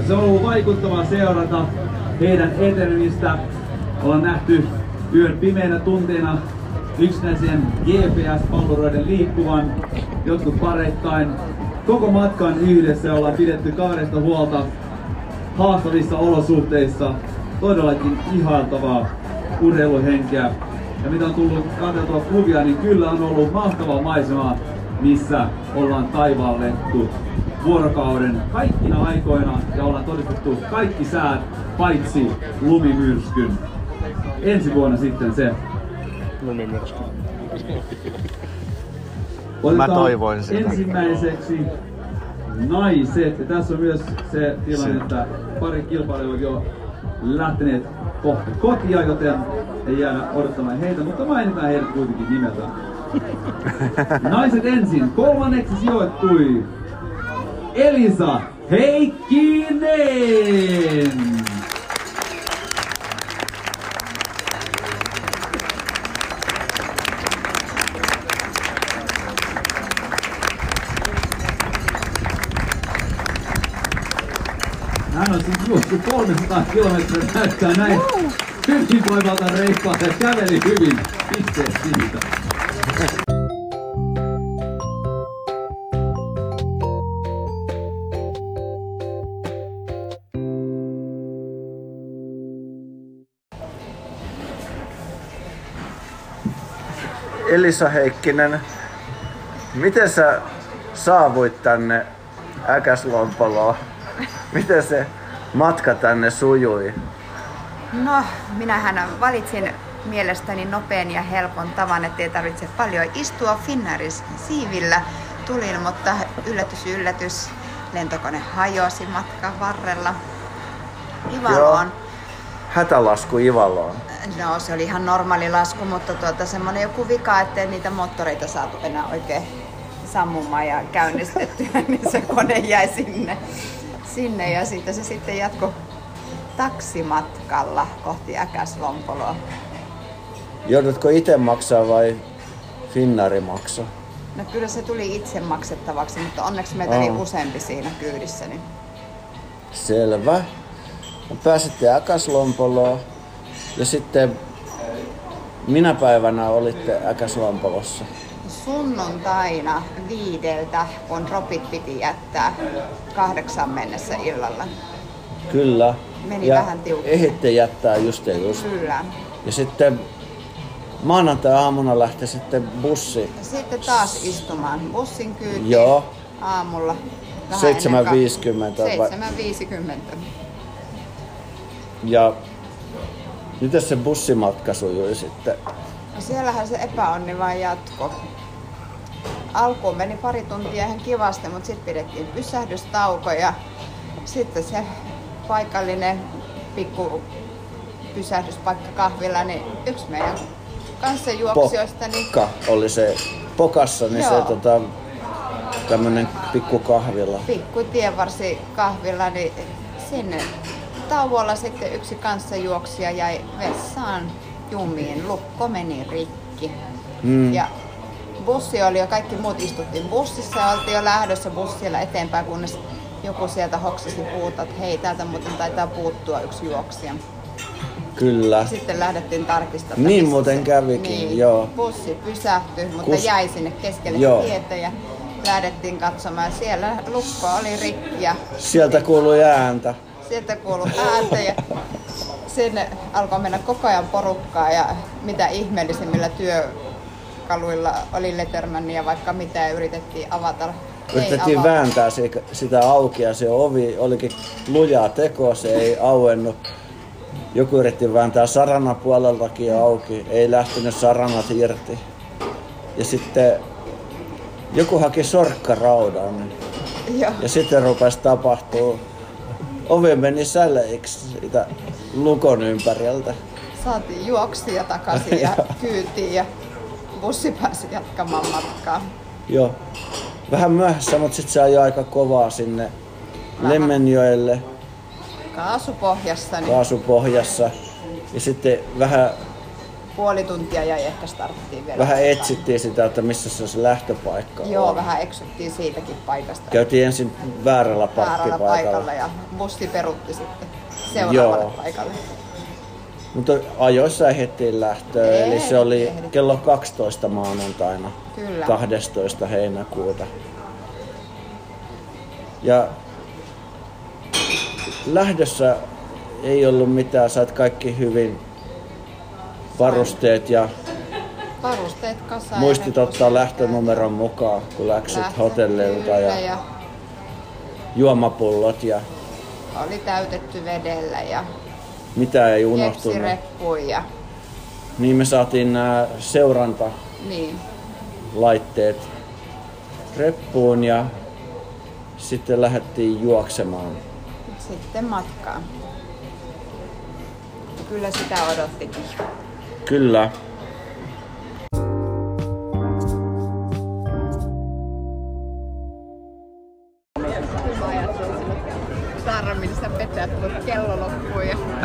Se on ollut vaikuttavaa seurata heidän etenemistä. Ollaan nähty yön pimeinä tunteina yksinäisen GPS-palveluiden liikkuvan, jotkut pareittain. Koko matkan yhdessä ollaan pidetty kaverista huolta haastavissa olosuhteissa. Todellakin ihailtavaa urheiluhenkeä. Ja mitä on tullut katseltua kuvia, niin kyllä on ollut mahtava maisema, missä ollaan taivaallettu vuorokauden kaikkina aikoina ja ollaan todistettu kaikki säät paitsi lumimyrskyn. Ensi vuonna sitten se. Lumimyrsky. Mä toivoin sitä. Ensimmäiseksi naiset. Ja tässä on myös se tilanne, että pari kilpailijaa ovat jo lähteneet kohta kotia, joten ei jäädä odottamaan heitä, mutta mainitaan heidät kuitenkin nimeltä. Naiset ensin. Kolmanneksi sijoittui Elisa Heikkinen. Hän on siis juossut 300 kilometriä, näyttää näin hyvin voimalta reippaalta ja käveli hyvin. Pisteet siitä. Elisa Heikkinen, miten sä saavuit tänne Äkäslompoloon? Miten se matka tänne sujui? No, minähän valitsin mielestäni nopean ja helpon tavan, ettei tarvitse paljon istua Finnairin siivillä. Tulin, mutta yllätys, yllätys, lentokone hajosi matkan varrella Ivaloon. Hätälasku Ivaloon. No, se oli ihan normaali lasku, mutta semmoinen joku vika, ettei niitä moottoreita saatu enää oikein sammumaan ja käynnistettyä, niin se kone jäi sinne ja siitä se sitten jatkoi taksimatkalla kohti Äkäslompoloa. Joudutko itse maksaa vai Finnairi maksaa? No kyllä se tuli itse maksettavaksi, mutta onneksi meitä oli useampi siinä kyydissä. Niin. Selvä. Pääsitte Äkäslompoloon ja sitten minä päivänä olitte Äkäslompolossa? Sunnuntaina 5, kun dropit piti jättää 8 mennessä illalla. Kyllä. Meni ja vähän tiukkaan. Ehditte jättää just. Kyllä. Ja sitten maanantai-aamuna lähti sitten bussi. Sitten taas istumaan bussin kyytiin. Joo. Aamulla. 7.50. Ja miten se bussimatka sujui sitten? No siellähän se epäonni vaan jatkoi. Alkuun meni pari tuntia ihan kivasti, mutta sitten pidettiin pysähdystauko ja sitten se paikallinen pikku pysähdyspaikka kahvilla, niin yksi meidän kanssajuoksijoista. Pokka oli se Pokassa, niin joo. Se tämmönen pikku kahvila. Pikku tienvarsi kahvila, niin sinne tauolla sitten yksi kanssajuoksija jäi vessaan jumiin, lukko meni rikki. Ja bussi oli jo, kaikki muut istuttiin bussissa ja oltiin jo lähdössä bussilla eteenpäin, kunnes joku sieltä hoksasi puuta, että hei, täältä muuten taitaa puuttua yksi juoksija. Kyllä. Sitten lähdettiin tarkistamaan. Niin muuten kävikin, niin, joo. Bussi pysähtyi, mutta jäi sinne keskelle tietä ja lähdettiin katsomaan. Siellä lukko oli rikki. Sieltä kuului ääntä. Sieltä kuului ääntä ja sinne alkoi mennä koko ajan porukkaa ja mitä ihmeellisimmillä työkaluilla oli Lettermania, vaikka mitä yritettiin avata. Yritettiin vääntää sitä auki ja se ovi olikin lujaa tekoa, se ei auennut. Joku yritti vääntää saranapuoleltakin auki, ei lähtenyt saranat irti. Ja sitten joku haki sorkkaraudan ja sitten rupesi tapahtuu. Ovi meni säleiksi sitä lukon ympäriltä. Saatiin juoksia takaisin ja kyytiin ja bussi pääsi jatkamaan matkaa. Joo. Vähän myöhässä, mutta sitten se ajoi aika kovaa sinne Lemmenjoelle. Kaasupohjassa. Kaasupohjassa. Ja sitten vähän puoli tuntia jäi ehkä starttiin vielä. Vähän etsittiin sitä, että missä se on se lähtöpaikka. Joo, vähän eksyttiin siitäkin paikasta. Käytiin ensin väärällä paikalla ja bussi perutti sitten seuraavalle paikalle. Mutta ajoissa ehdittiin lähtöä, eli se oli kello 12 maanantaina. Kyllä. 12. heinäkuuta. Ja lähdössä ei ollut mitään, sait kaikki hyvin varusteet ja varusteet kasaan. Muistit ottaa lähtönumeron mukaan, kun läksyt hotellilta ja juomapullot ja oli täytetty vedellä ja mitä ei unohtunut. Kepsireppuja. Niin me saatiin nämä seurantalaitteet reppuun ja sitten lähdettiin juoksemaan. Sitten matkaan. Kyllä sitä odottikin. Kyllä. Saara, missä petää, että kello loppuu.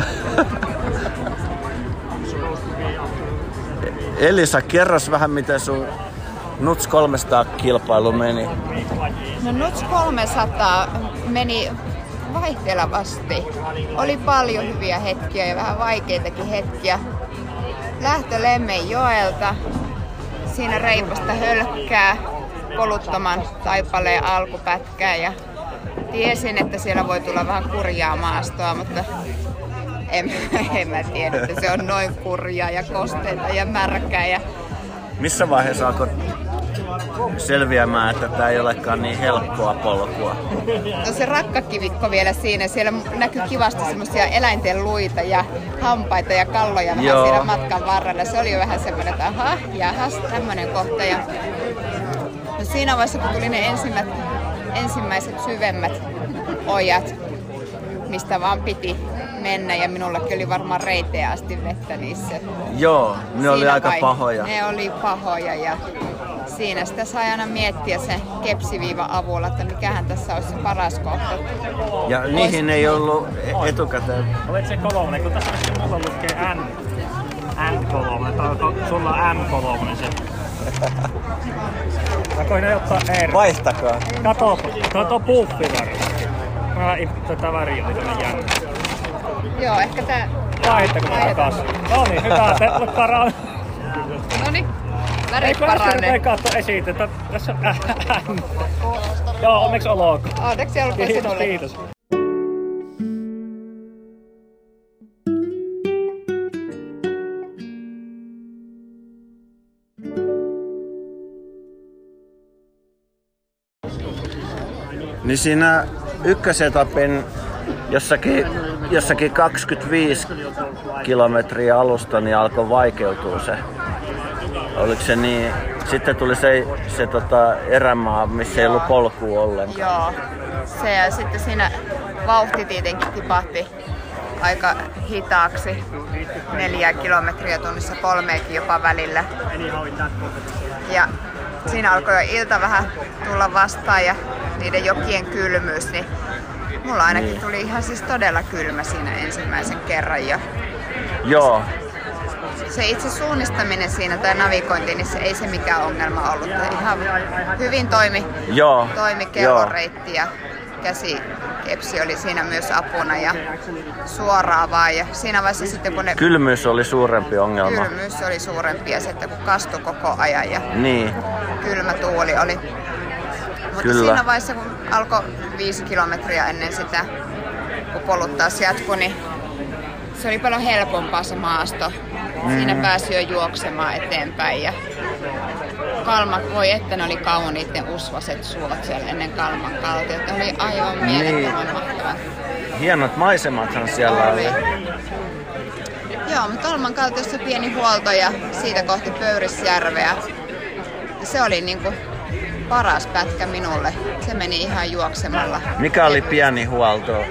Elisa, kerros vähän miten sun Nuts 300 kilpailu meni. No Nuts 300 meni vaihtelevasti. Oli paljon hyviä hetkiä ja vähän vaikeitakin hetkiä. Lähtö Lemmenjoelta. Siinä reipasta hölkkää poluttoman taipaleen alkupätkää ja tiesin, että siellä voi tulla vähän kurjaa maastoa, mutta en mä tiedä, että se on noin kurjaa ja kosteita ja märkää. Ja missä vaiheessa alkoi selviämään, että tämä ei olekaan niin helppoa polkua? No se rakkakivikko vielä siinä. Siellä näkyy kivasti semmoisia eläinten luita ja hampaita ja kalloja vähän siinä matkan varrella. Se oli jo vähän semmoinen, että jahas, tämmönen kohta. Ja no siinä vaiheessa, kun tuli ne ensimmäiset syvemmät ojat, mistä vaan piti mennä ja minullakin oli varmaan reiteen asti vettä niissä. Joo, ne oli aika pahoja. Ne oli pahoja ja siinä sitä sai aina miettiä sen kepsiviivan avulla, että mikähän tässä olisi se paras kohta. Ja niihin ei ollut etukäteen. Olet se kolmonen, kun tässä mulla lukee N3, tai sulla on M3 se. Mä koin ottaa R. Vaihtakaa. Kato, tuo puffi varmaan. Tätä väriä oli tämmönen jännä. Joo, ehkä tää Vaihtako mä takas? No niin, hyvä, te paraa. Noniin, värit paranee. Ei katso esitetä. Tässä on Joo, onneksi olkoon. Onneksi olkoon sinulle. Kiitos. Niin siinä ykkösetapin jossakin 25 kilometriä alusta niin alkoi vaikeutua se. Oliko se niin? Sitten tuli se erämaa, missä ei ollut polkua ollenkaan. Joo. Se ja sitten siinä vauhti tietenkin tipahti aika hitaaksi. 4 kilometriä tunnissa, 3 jopa välillä. Ja siinä alkoi jo ilta vähän tulla vastaan ja niiden jokien kylmyys, niin mulla ainakin tuli ihan siis todella kylmä siinä ensimmäisen kerran. Ja joo. Se itse suunnistaminen siinä tai navigointi, niin se ei se mikään ongelma ollut. Ihan hyvin toimi kelloreitti ja käsikepsi oli siinä myös apuna ja suoraan vaan. Ja siinä vaiheessa sitten kun kylmyys oli suurempi ongelma. Kylmyys oli suurempi ja sitten kun kastui koko ajan ja kylmä tuuli oli. Mutta siinä vaiheessa kun alkoi 5 kilometriä ennen sitä, kun polut taas jatkui, niin se oli paljon helpompaa se maasto. Siinä pääsi jo juoksemaan eteenpäin ja Kalmat, voi että ne oli kauniit ne usvaset suot siellä ennen Kalman kaltiot. Ne oli aivan mielettömän mahtavat. Hienot maisemathan siellä oli. Joo, mutta Kalman kaltiossa pieni huolto ja siitä kohti Pöyrisjärveä. Se oli niinku paras pätkä minulle. Se meni ihan juoksemalla. Mikä oli pieni huolto?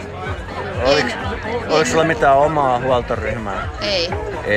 Oliko sulla mitään omaa huoltoryhmää? Ei.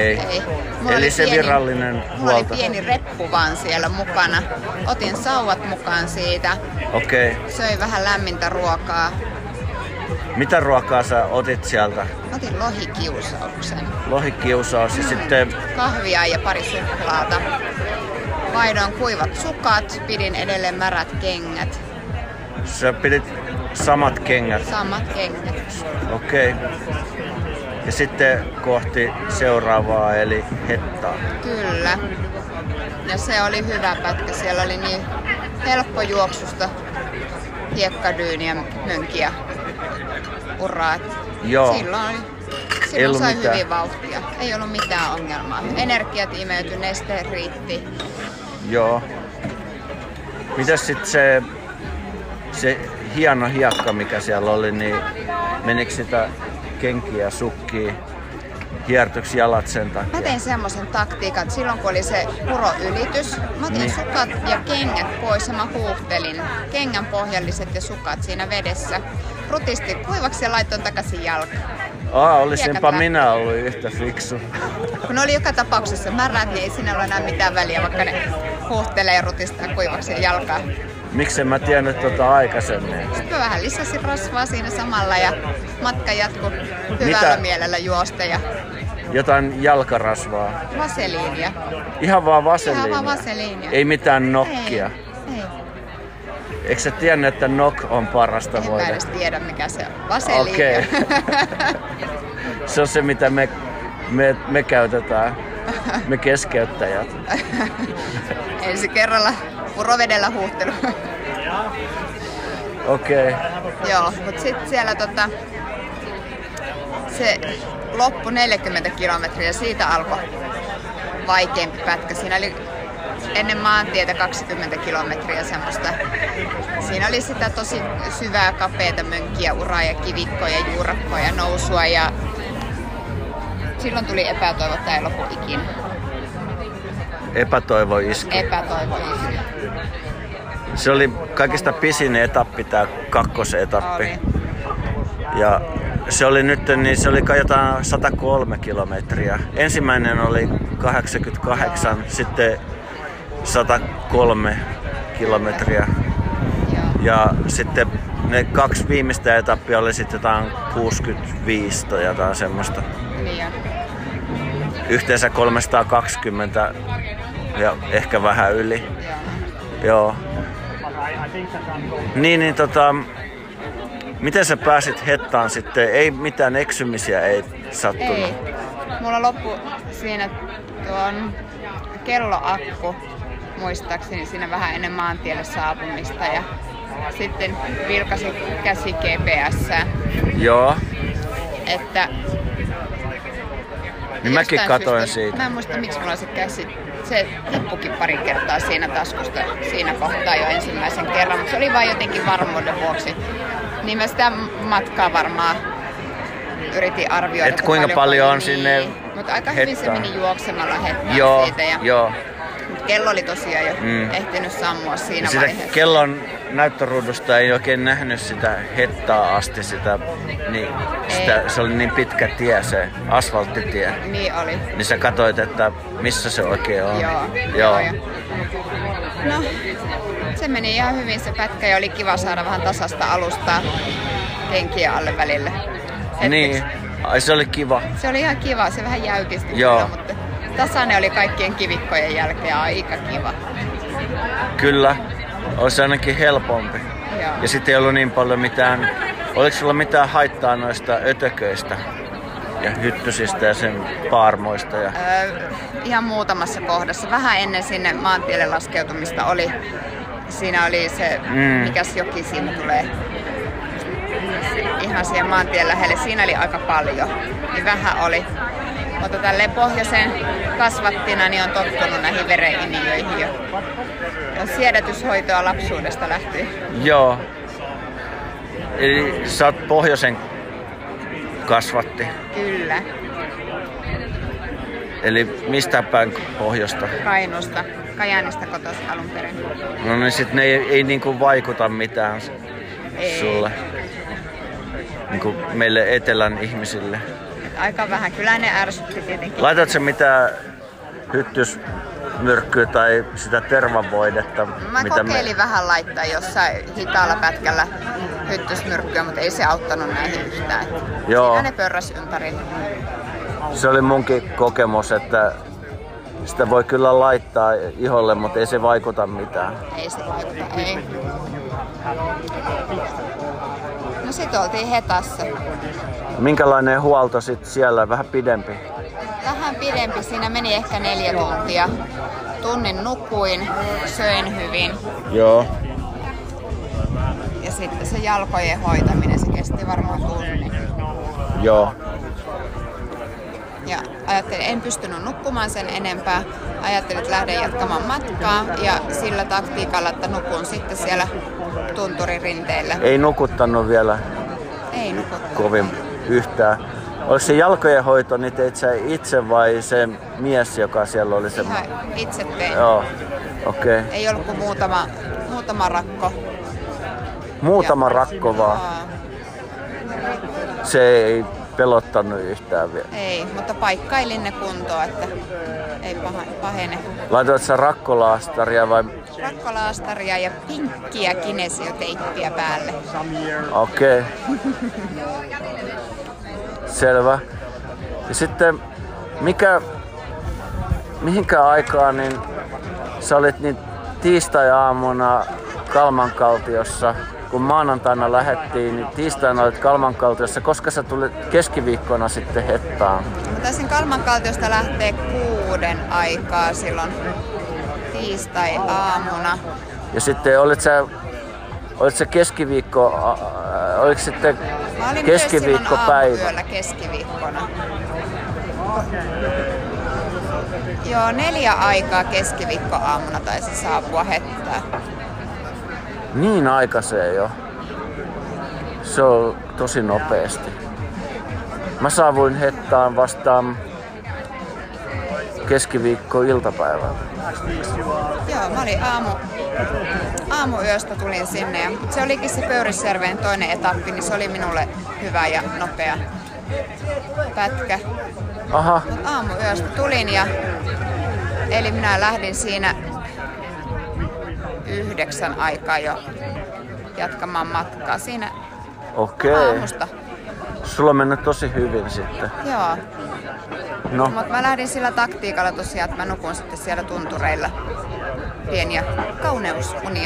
Eli se virallinen huolto? Mulla oli pieni reppu vaan siellä mukana. Otin sauvat mukaan siitä. Okei. Söin vähän lämmintä ruokaa. Mitä ruokaa sä otit sieltä? Otin lohikiusauksen. Lohikiusaus ja sitten... Kahvia ja pari suklaata. Vaidoin kuivat sukat, pidin edelleen märät kengät. Sä pidit samat kengät? Samat kengät. Okei. Ja sitten kohti seuraavaa eli Hettaa. Kyllä. Ja se oli hyvä pätkä. Siellä oli niin helppo juoksusta hiekkadyyniä, mönkiä, uraat. Joo. Silloin sai hyvin vauhtia. Ei ollut mitään ongelmaa. Energiat imeytyi, neste riitti. Joo. Mitäs sit se hieno hiekka, mikä siellä oli, niin menikö sitä kenkiä, sukkia, hiertoksi jalat sen takia? Mä tein semmoisen taktiikan, että silloin kun oli se puroylitys, mä otin sukat ja kengät pois ja mä huuhtelin kengän pohjalliset ja siinä vedessä. Rutisti kuivaksi ja laitoin takaisin jalkaan. Olisinpa minä ollut yhtä fiksu. Kun ne oli joka tapauksessa märät, niin ei siinä ole enää mitään väliä, vaikka ne huuhtelee ja rutistaa kuivaksi ja jalkaan. Miksi mä tiennyt aikaisemmin? Sitten mä vähän lisäsin rasvaa siinä samalla ja matka jatkui hyvällä mielellä juosta. Jotain jalkarasvaa? Vaseliinia. Ihan vaan vaseliinia? Ihan vaan vaseliinia. Ei mitään nokkia? Ei. Eikö sä tiennyt, että nok on parasta voida? En mä edes tiedä, mikä se on. Vaseliinia. Okei. Se on se, mitä me käytetään. Me keskeyttäjät. Ensi kerralla purovedellä huuhtelu. Okei. Joo, mutta sitten siellä se loppu 40 kilometriä ja siitä alkoi vaikeampi pätkä. Siinä oli ennen maantietä 20 kilometriä semmoista. Siinä oli sitä tosi syvää, kapeata mönkkiä, uraa ja kivikkoja, juurakkoja, nousua ja silloin tuli epätoivo, että ei lopu ikinä. Epätoivo iski. Epätoivo iski. Se oli kaikista pisin etappi, tää kakkosetappi. Oli. Ja se oli nyt, niin se oli jotain 103 kilometriä. Ensimmäinen oli 88, sitten 103 kilometriä. Ja sitten ne 2 viimeistä etappia oli sitten jotain 65 tai jotain semmoista. Niin. Yhteensä 320 ja ehkä vähän yli. Joo. Niin, miten sä pääsit Hettaan sitten? Ei mitään eksymisiä ei sattunut? Ei. Mulla loppu siinä tuon kelloakku, muistaakseni siinä vähän ennen maantielle saapumista ja sitten vilkasin käsi GPS:ää. Joo. Että niin mäkin katoin siitä. Mä en muista miksi mulla se käsi. Se tippukin pari kertaa siinä taskusta siinä kohtaa jo ensimmäisen kerran, mutta se oli vain jotenkin varmuuden vuoksi. Niin mä sitä matkaa varmaan yritin arvioida. Et kuinka paljon on sinne mutta aika hyvin se meni juoksemalla Hettaan siitä. Joo. Mutta kello oli tosiaan jo ehtinyt sammua siinä sitä vaiheessa. Kellon näyttöruudusta ei oikein nähnyt sitä Hettaa asti, se oli niin pitkä tie, se asfalttitie. Niin oli. Niin sä katsoit, että missä se oikein on. Joo. No, se meni ihan hyvin se pätkä ja oli kiva saada vähän tasasta alustaa kenkien alle välille. Niin, se oli kiva. Se oli ihan kiva, se vähän jäykisti kyllä, mutta tasainen oli kaikkien kivikkojen jälkeen aika kiva. Kyllä, olisi ainakin helpompi. Joo. Ja sitten ei ollut niin paljon mitään, oliko sulla mitään haittaa noista ötököistä ja hyttysistä ja sen paarmoista? Ihan muutamassa kohdassa. Vähän ennen sinne maantielle laskeutumista siinä oli se, mikäs joki siinä tulee ihan siihen maantien lähelle. Siinä oli aika paljon, niin vähän oli. Mutta tälleen pohjoisen kasvattina niin on tottunut näihin vereniniöihin jo. On siedätyshoitoa lapsuudesta lähtien. Joo. Eli sä oot pohjoisen kasvatti? Kyllä. Eli mistä päin pohjosta? Kainuusta. Kajaanista kotoisin alun perin. No niin sit ne ei niinku vaikuta mitään sulle? Niinku meille etelän ihmisille? Aika vähän. Kyllä ne ärsytti tietenkin. Laitatko sä mitään myrkkyä tai sitä tervavoidetta? Mä kokeilin vähän laittaa jossain hitaalla pätkällä hyttysmyrkkyä, mutta ei se auttanut näihin yhtään. Joo. Siinä ne pörräs ympäri. Se oli munkin kokemus, että sitä voi kyllä laittaa iholle, mutta ei se vaikuta mitään. Ei se vaikuta, ei. No sit oltiin Hetassa. Minkälainen huolto sit siellä? Vähän pidempi? Vähän pidempi, siinä meni ehkä 4 tuntia. Tunnin nukuin, söin hyvin. Joo. Ja sitten se jalkojen hoitaminen, se kesti varmaan tunnin. Joo. Ja ajattelin, en pystynyt nukkumaan sen enempää. Ajattelin, että lähden jatkamaan matkaa ja sillä taktiikalla, että nukun sitten siellä tunturin rinteillä. Ei nukuttanut vielä Ei nukuttanut. kovin yhtään. Oliko se jalkojen hoito, niin teit sä itse vai se mies, joka siellä oli se? Ihan itse tein. Joo, okei. Okay. Ei ollut kuin muutama rakko. Muutama rakko vaan. Se ei pelottanut yhtään vielä. Ei, mutta paikkailin ne kuntoon, että ei pahene. Laitoit sä rakkolaastaria vai? Rakkolaastaria ja pinkkiä kinesioteippiä päälle. Okei. Okay. Selvä. Ja sitten mihinkä aikaan niin sä olit niin tiistai-aamuna Kalmankaltiossa, kun maanantaina lähdettiin, niin tiistaina olit Kalmankaltiossa. Koska sä tulit keskiviikkona sitten Hettaan? Mä taisin Kalmankaltiosta lähteä 6 aikaa silloin tiistai-aamuna. Ja sitten olit sä keskiviikko, oliko sitten keskiviikkopäivä? Aamuyöllä keskiviikkona. Joo, 4 aikaa keskiviikkoaamuna taisi saapua Hettään. Niin aikaiseen jo. Se on tosi nopeasti. Mä saavuin Hettaan vastaan keskiviikko-iltapäivällä. Joo, mä olin aamuyöstä tulin sinne ja se olikin se Pöyrisjärven toinen etappi, niin se oli minulle hyvä ja nopea pätkä. Aha. Mut aamuyöstä tulin eli minä lähdin siinä 9 aikaa jo jatkamaan matkaa siinä aamusta. Sulla on mennyt tosi hyvin sitten. Joo. No. Mutta mä lähdin sillä taktiikalla tosiaan, että mä nukun sitten siellä tuntureilla pieniä kauneusunia.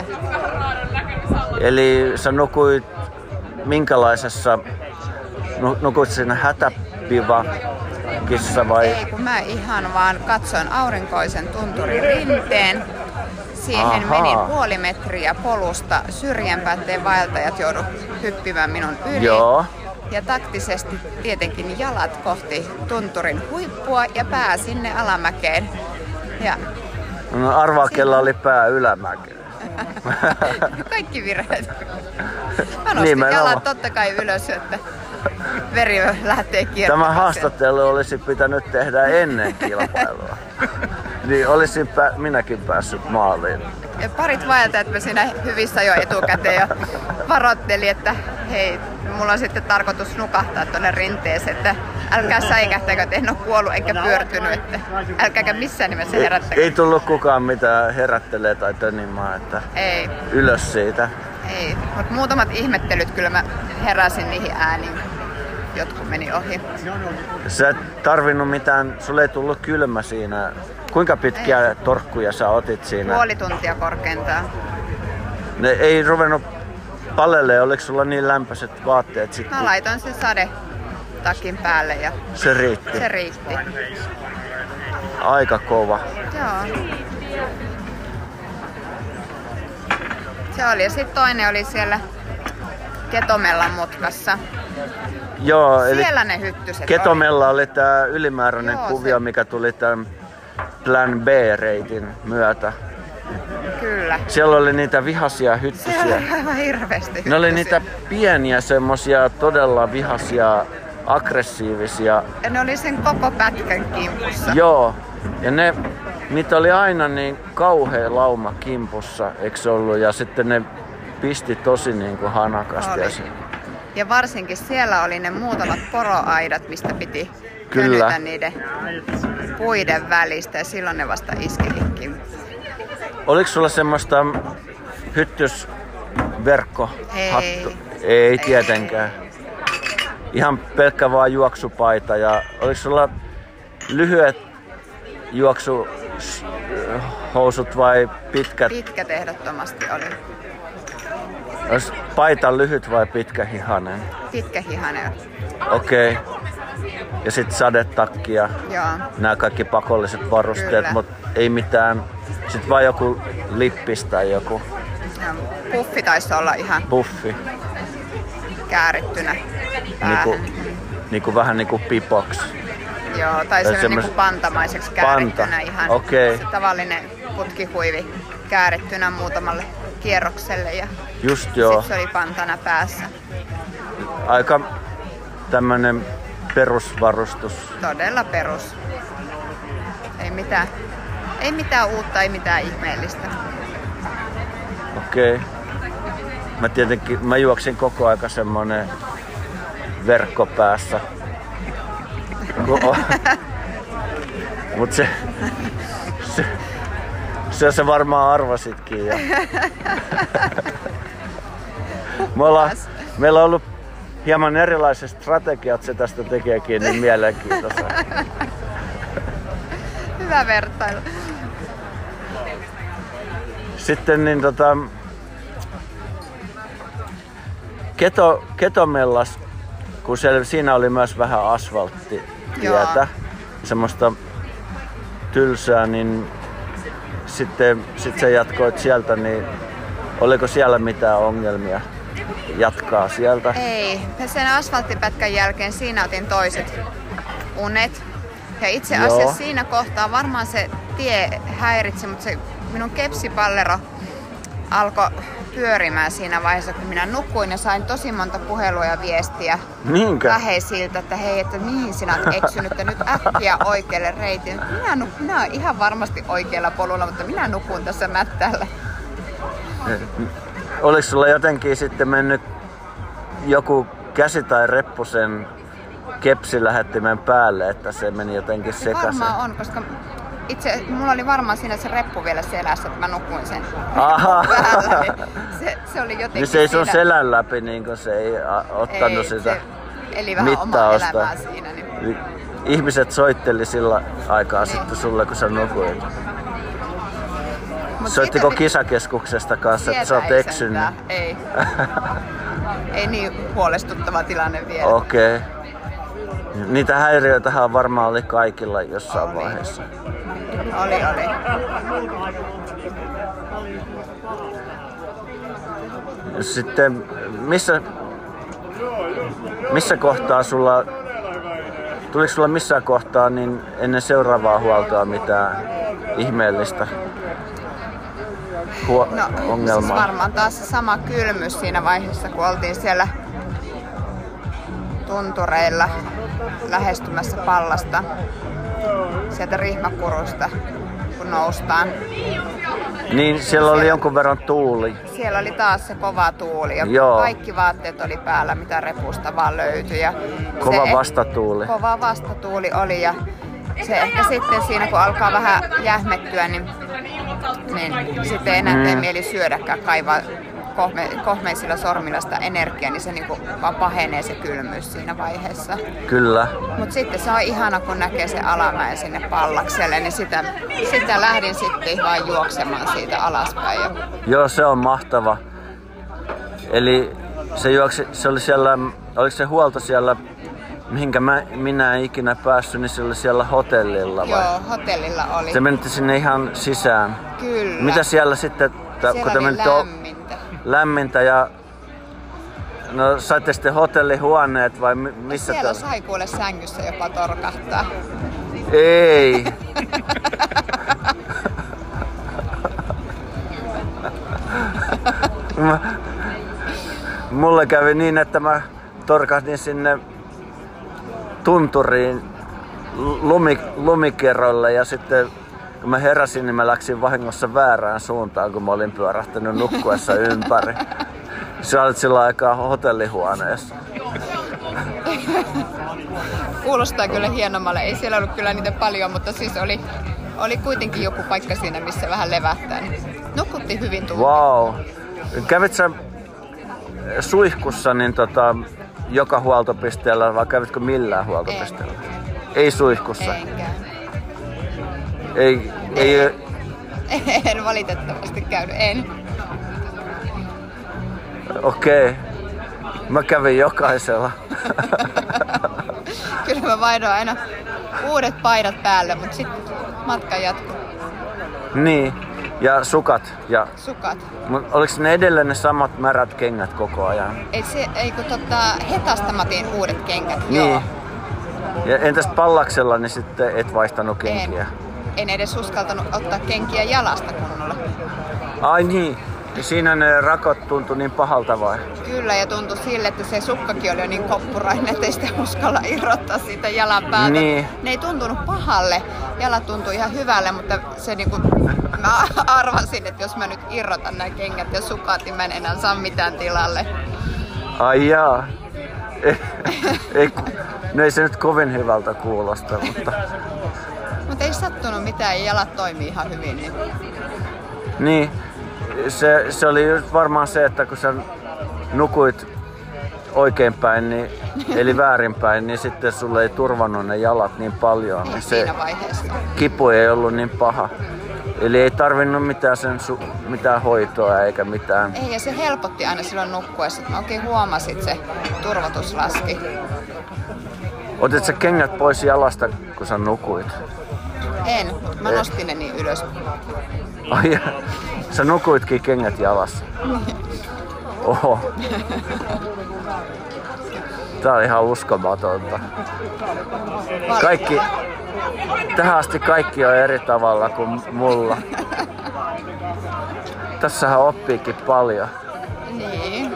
Eli sä nukuit minkälaisessa, nukuit siinä hätäpivakissa vai? Ei, kun mä ihan vaan katsoin aurinkoisen tunturin rinteen. Siihen meni 0,5 metriä polusta syrjänpää, ettei vaeltajat joudu hyppimään minun yli. Joo. Ja taktisesti tietenkin jalat kohti tunturin huippua ja pää sinne alamäkeen. Ja no arvaa, kella oli pää ylämäkeen. Kaikki virheet. Mä nostin jalat totta kai ylös, että veri lähtee kiertämään. Tämä haastattelu olisi pitänyt tehdä ennen kilpailua. Niin olisin minäkin päässyt maaliin. Ja parit vaeltajat mä siinä hyvissä jo etukäteen ja varoitteli, että hei, mulla on sitten tarkoitus nukahtaa tuonne rinteeseen, että älkää säikähtäkö, että en ole kuollut eikä pyörtynyt, että älkääkä missään nimessä herättäkö. Ei tullut kukaan mitään herättelee tai tönimaa, että ei. Ylös siitä. Ei, mutta muutamat ihmettelyt kyllä mä heräsin niihin ääniin. Jotkut meni ohi. Sä et tarvinnut mitään, sulle ei tullut kylmä siinä. Kuinka pitkiä torkkuja sä otit siinä? 0,5 tuntia korkeintaan. Ne ei ruvennut palelle, oliko sulla niin lämpöiset vaatteet sitten? Mä laitoin sen sadetakin päälle ja se riitti. Se riitti. Aika kova. Joo. Se oli. Ja sitten toinen oli siellä Ketomellan mutkassa. Joo, siellä eli ne hyttyset Ketomella oli tää ylimääräinen kuvio, mikä tuli tämän Plan B-reitin myötä. Kyllä. Siellä oli niitä vihaisia hyttysiä. Siellä oli aivan hirveästi hyttysiä. Ne oli niitä pieniä semmosia todella vihaisia, aggressiivisia. Ja ne oli sen koko pätkän kimpussa. Joo. Ja niitä oli aina niin kauhea lauma kimpussa, eikö se ollut? Ja sitten ne pisti tosi niin kuin hanakasti. Ja varsinkin siellä oli ne muutamat poroaidat, mistä piti Kyllä. könytä niiden puiden välistä ja silloin ne vasta iskelikin. Oliko sulla semmoista hyttysverkkohattu? Ei tietenkään. Ihan pelkkä vaan juoksupaita. Ja oliko sulla lyhyet juoksuhousut vai pitkät? Pitkät ehdottomasti oli. Olis paita lyhyt vai pitkähihainen? Pitkähihainen. Okei. Ja sit sadetakki ja Joo. nämä kaikki pakolliset varusteet, Kyllä. mutta ei mitään. Sit vaan joku lippis tai joku Ja puffi taisi olla ihan puffi. käärittynä päähän. Niinku vähän niinku pipoks. Joo, tai se semmos- niinku pantamaiseksi käärittynä Panta, ihan. okei. Se tavallinen putkihuivi käärittynä muutamalle kierrokselle ja Just joo. sit se oli pantana päässä. Aika tämmönen perusvarustus. Todella perus. Ei mitään uutta, ei mitään ihmeellistä. Okei. Mä juoksin koko aika semmonen verkko päässä. Mut se varmaan arvasitkin. Ja. Meillä on ollut hieman erilaiset strategiat, se tästä tekeekin niin mielenkiintoista. Hyvä vertailu. Sitten niin Ketomellas, kun siinä oli myös vähän asfalttitietä, semmoista tylsää, niin sitten sä jatkoit sieltä, niin oliko siellä mitään ongelmia jatkaa sieltä? Ei. Sen asfalttipätkän jälkeen siinä otin toiset unet. Ja itse asiassa siinä kohtaa varmaan se tie häiritsi, mutta se minun kepsipallero alkoi pyörimään siinä vaiheessa, kun minä nukuin ja sain tosi monta puhelua ja viestiä läheisiltä, että hei, että mihin sinä olet eksynyt ja nyt äkkiä oikealle reitille. Minä olen ihan varmasti oikealla polulla, mutta minä nukun tässä mättällä. Oliko sulla jotenkin sitten mennyt joku käsi tai reppu sen kepsilähettimen päälle, että se meni jotenkin sekaisin? Varmaan on, koska mulla oli varmaan siinä se reppu vielä selässä, että mä nukuin sen päällä. Se oli jotenkin niin se ei sun selän läpi, niin kuin se ei ottanut sitä eli vähän omaa elämää siinä. Niin. Ihmiset soitteli sillä aikaa sitten sulle, kun sä nukuit. Soittiko kisakeskuksesta kanssa, että sä oot eksynyt? Ei. Ei niin huolestuttava tilanne vielä. Okei. Niitä häiriöitähän varmaan oli kaikilla jossain vaiheessa. Oli. Sitten missä kohtaa tuliko sulla missään kohtaa niin ennen seuraavaa huoltoa mitään ihmeellistä ongelmaa? Siis varmaan taas se sama kylmys siinä vaiheessa, kun oltiin siellä tuntureilla lähestymässä Pallasta, sieltä Rihmakurusta, kun noustaan. Niin, siellä oli jonkun verran tuuli. Siellä oli taas se kova tuuli ja kaikki vaatteet oli päällä, mitä repusta vaan löytyi. Ja kova vastatuuli. Kova vastatuuli oli ja se ehkä sitten siinä, kun alkaa vähän jähmettyä, niin sitten ei enää tee mieli syödäkään, kaivaa kohmeisilla sormilla sitä energiaa, niin se niinku vaan pahenee se kylmyys siinä vaiheessa. Kyllä. Mut sitten se on ihana, kun näkee se alamäen sinne Pallakselle, niin sitä lähdin sitten vaan juoksemaan siitä alaspäin. Joo, se on mahtava. Eli se oli siellä, oliko se huolto siellä, mihinkä minä en ikinä päässyt, niin se oli siellä hotellilla vai? Joo, hotellilla oli. Te menitte sinne ihan sisään. Kyllä. Mitä siellä sitten, siellä kun oli lämmintä. Lämmintä ja no saitte sitten hotellihuoneet vai missä? Siellä sai kuule sängyssä jopa torkahtaa. Ei. Mulle kävi niin, että mä torkahdin sinne tunturiin lumikerrolle ja sitten kun mä heräsin, niin mä läksin vahingossa väärään suuntaan, kun mä olin pyörähtänyt nukkuessa ympäri. Sä olit sillä aikaa hotellihuoneessa. Kuulostaa kyllä hienommalle. Ei siellä ollut kyllä niitä paljon, mutta siis oli kuitenkin joku paikka siinä, missä vähän levähtää. Nukutti hyvin tunti. Wow. Kävit sä suihkussa niin joka huoltopisteellä vai kävitkö millään huoltopisteellä? Ei suihkussa? Enkä. Ei. En valitettavasti käynyt, en. Okei. Mä kävin jokaisella. Kyllä mä vaihdoin aina uudet paidat päälle, mutta sitten matka jatkuu. Niin. Ja sukat. Ja... Sukat. Oliko ne edelleen ne samat märät kengät koko ajan? Hetasta mä otin uudet kengät, niin. joo. Ja entäs Pallaksella, niin sitten et vaihtanut kenkiä? En edes uskaltanut ottaa kenkiä jalasta kunnolla. Ai niin. Ja siinä ne rakot tuntui niin pahalta vai? Kyllä, ja tuntui sille, että se sukkakin oli jo niin koppurainen, ettei sitä uskalla irrottaa siitä jalan päältä. Niin. Ne ei tuntunut pahalle. Jalat tuntui ihan hyvälle, mutta se niinku, mä arvasin, että jos mä nyt irrotan nämä kengät ja sukat, niin mä en enää saa mitään tilalle. Ai jaa. No ei se nyt kovin hyvältä kuulosta, mutta... Mutta ei sattunut mitään ja jalat toimii ihan hyvin. Niin. Se oli just varmaan se, että kun sä nukuit oikeinpäin, niin, eli väärinpäin, niin sitten sulle ei turvannut ne jalat niin paljon. Niin se vaiheessa. Kipu ei ollut niin paha. Eli ei tarvinnut mitään hoitoa eikä mitään. Ei, ja se helpotti aina silloin nukkuessa, että mä oikein huomasin, että se turvotus laski. Otit sä kengät pois jalasta, kun sä nukuit? En, mutta mä nostin ne niin ylös. Ai, sä nukuitkin kengät jalassa? Oho. Tää on ihan uskomatonta. Tähän asti kaikki on eri tavalla kuin mulla. Tässähän oppiikin paljon. Niin.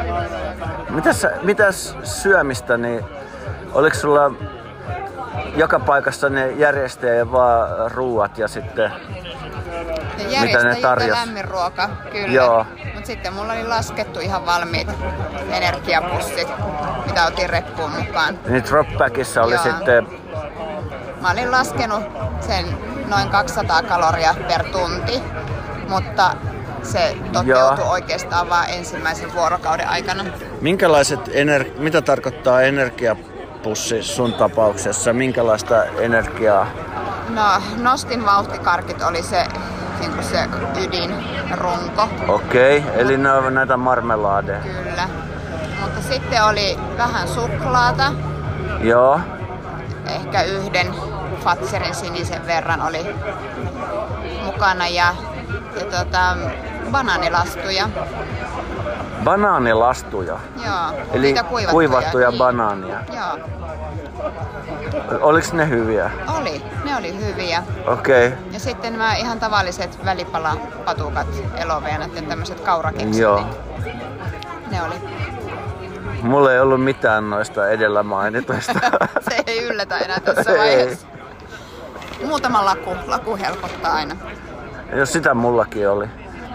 Mitäs syömistä, niin oliko sulla joka paikassa ne järjestäjien vaan ruuat ja sitten mitä ne tarjosi? Lämmin ruoka, kyllä. Joo. Mut sitten mulla oli laskettu ihan valmiit energiapussit, mitä otin reppuun mukaan. Niin Dropbackissa oli sitten... Mä olin laskenut sen noin 200 kaloria per tunti, mutta se toteutui oikeastaan vain ensimmäisen vuorokauden aikana. Mitä tarkoittaa energiapussi sun tapauksessa? Minkälaista energiaa? No, nostin vauhtikarkit oli se ydinrunko. Okei, eli ne on näitä marmelaadeja. Kyllä. Mutta sitten oli vähän suklaata. Joo. Ehkä yhden Fatserin sinisen verran oli mukana ja banaanilastuja. Banaanilastuja? Joo. Eli kuivattuja banaania? Joo. Oliks ne hyviä? Ne oli hyviä. Okei. Ja sitten nämä ihan tavalliset välipalapatukat, eloveenat ja tämmöiset kaurakeksit. Joo. Niin ne oli. Mulla ei ollut mitään noista edellä mainituista. Se ei yllätä enää tässä vaiheessa. Muutama laku helpottaa aina. Jos sitä mullakin oli.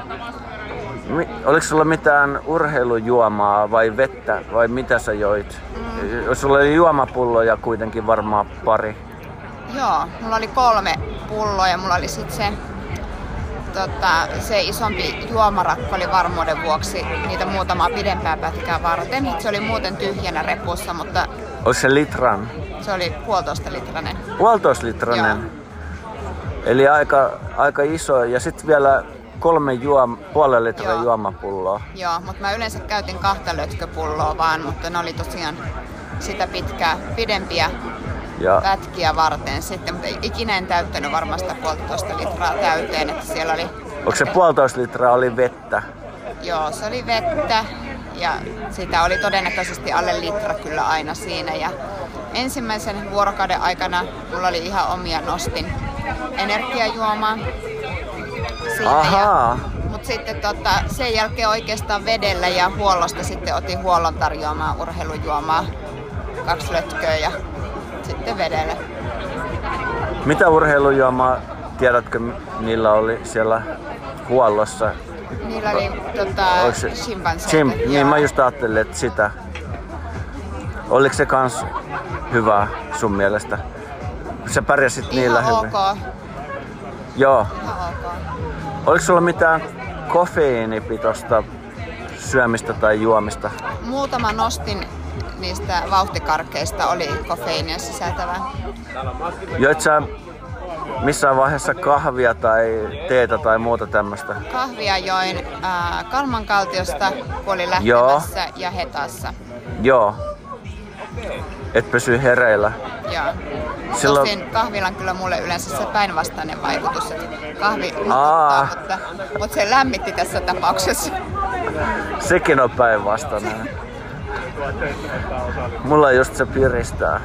Oliko sulla mitään urheilujuomaa vai vettä vai mitä sä joit? Sulla oli juomapulloja kuitenkin varmaan pari. Joo, mulla oli 3 pulloa ja mulla oli sitten se isompi juomarakko oli varmuuden vuoksi niitä muutamaa pidempää pätkää varten. Se oli muuten tyhjänä repussa, mutta... Oliko se litran? Se oli 1,5 litranen. 1,5 litranen? Eli aika iso ja sitten vielä 3 puolen litran juomapulloa. Joo, mutta mä yleensä käytin 2 lötköpulloa vaan, mutta ne oli tosiaan sitä pidempiä pätkiä varten sitten, mutta ikinä en täyttänyt varmaan sitä 1,5 litraa täyteen, että siellä oli... Onko se 1,5 litraa oli vettä? Joo, se oli vettä ja sitä oli todennäköisesti alle litra kyllä aina siinä ja ensimmäisen vuorokauden aikana mulla oli ihan omia nostin energiajuomaa siitä. Mutta sitten sen jälkeen oikeastaan vedellä ja huollosta sitten otin huollon tarjoamaa urheilujuomaa 2 lötköä ja sitten vedellä. Mitä urheilujuomaa tiedätkö niillä oli siellä huollossa? Niillä oli chimpanseita. Niin mä just ajattelin, että sitä. Oliko se kans hyvä sun mielestä? Sä pärjäsit niillä Ihan hyvin. ok. Joo. Ihan ok. Oliko sulla mitään kofeiinipitoista syömistä tai juomista? Muutama nostin niistä vauhtikarkeista oli kofeiinia sisältävää. Joit sä missään vaiheessa kahvia tai teetä tai muuta tämmöstä? Kahvia join Kalmankaltiosta, kun oli lähtemässä, ja Hetassa. Joo. Et pysy hereillä. Joo. Silloin... Tosin kahvilla on kyllä mulle yleensä se päinvastainen vaikutus, että kahvi nukuttaa, mutta se lämmitti tässä tapauksessa. Sekin on päinvastainen. Mulla just se piristää.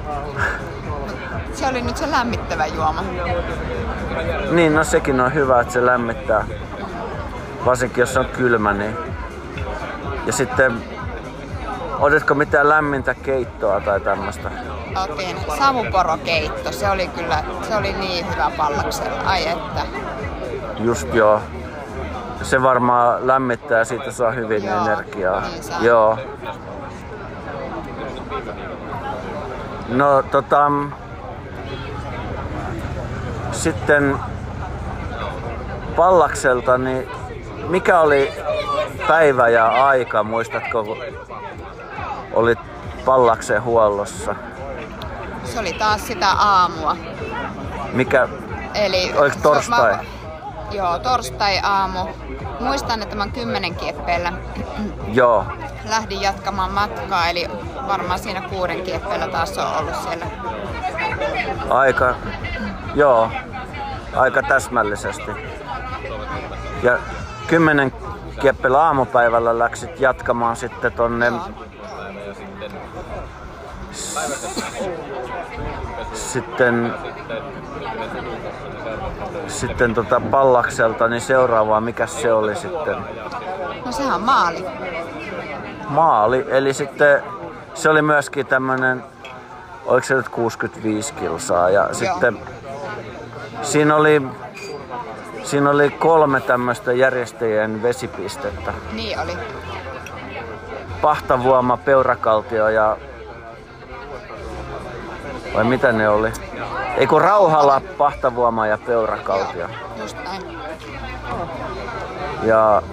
Se oli nyt se lämmittävä juoma. Niin, no sekin on hyvä, että se lämmittää. Varsinkin jos on kylmä, niin. Ja sitten, otetko mitään lämmintä keittoa tai tämmöstä? Otin savuporokeitto, se oli niin hyvä Pallaksella, ai että. Just joo. Se varmaan lämmittää ja siitä saa hyvin energiaa. Niin saa. Joo. No sitten Pallakselta, niin mikä oli päivä ja aika, muistatko, kun olit Pallaksen huollossa? Se oli taas sitä aamua. Mikä? Eli oliko torstai? Joo, torstai-aamu. Muistan, että mä 10 kieppeillä Joo. lähdin jatkamaan matkaa, eli varmaan siinä 6 kieppeillä taas on ollut siellä. Aika täsmällisesti. Ja 10 kieppeillä aamupäivällä läksit jatkamaan sitten tonne sitten Pallakselta, niin seuraavaa, mikä se oli sitten? No sehän on maali. Maali, eli sitten se oli myöskin tämmönen, oliko se nyt 65 kilsaa ja sitten siinä oli 3 tämmöistä järjestäjien vesipistettä. Niin oli. Pahtavuoma, Peurakaltio ja... vai mitä ne oli? Ei kun Rauhala, Pahtavuoma ja Peurakaltio. Joo, just näin. Ja...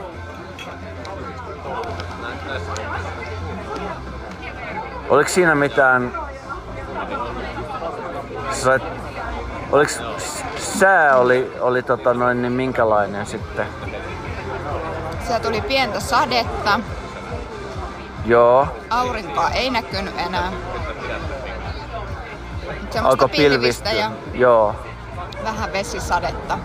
oliko siinä mitään... oliko sää oli niin minkälainen sitten? Siellä tuli pientä sadetta. Joo. Aurinkoa ei näkynyt enää. Alkoi pilvistä ja joo. vähän vesisadetta.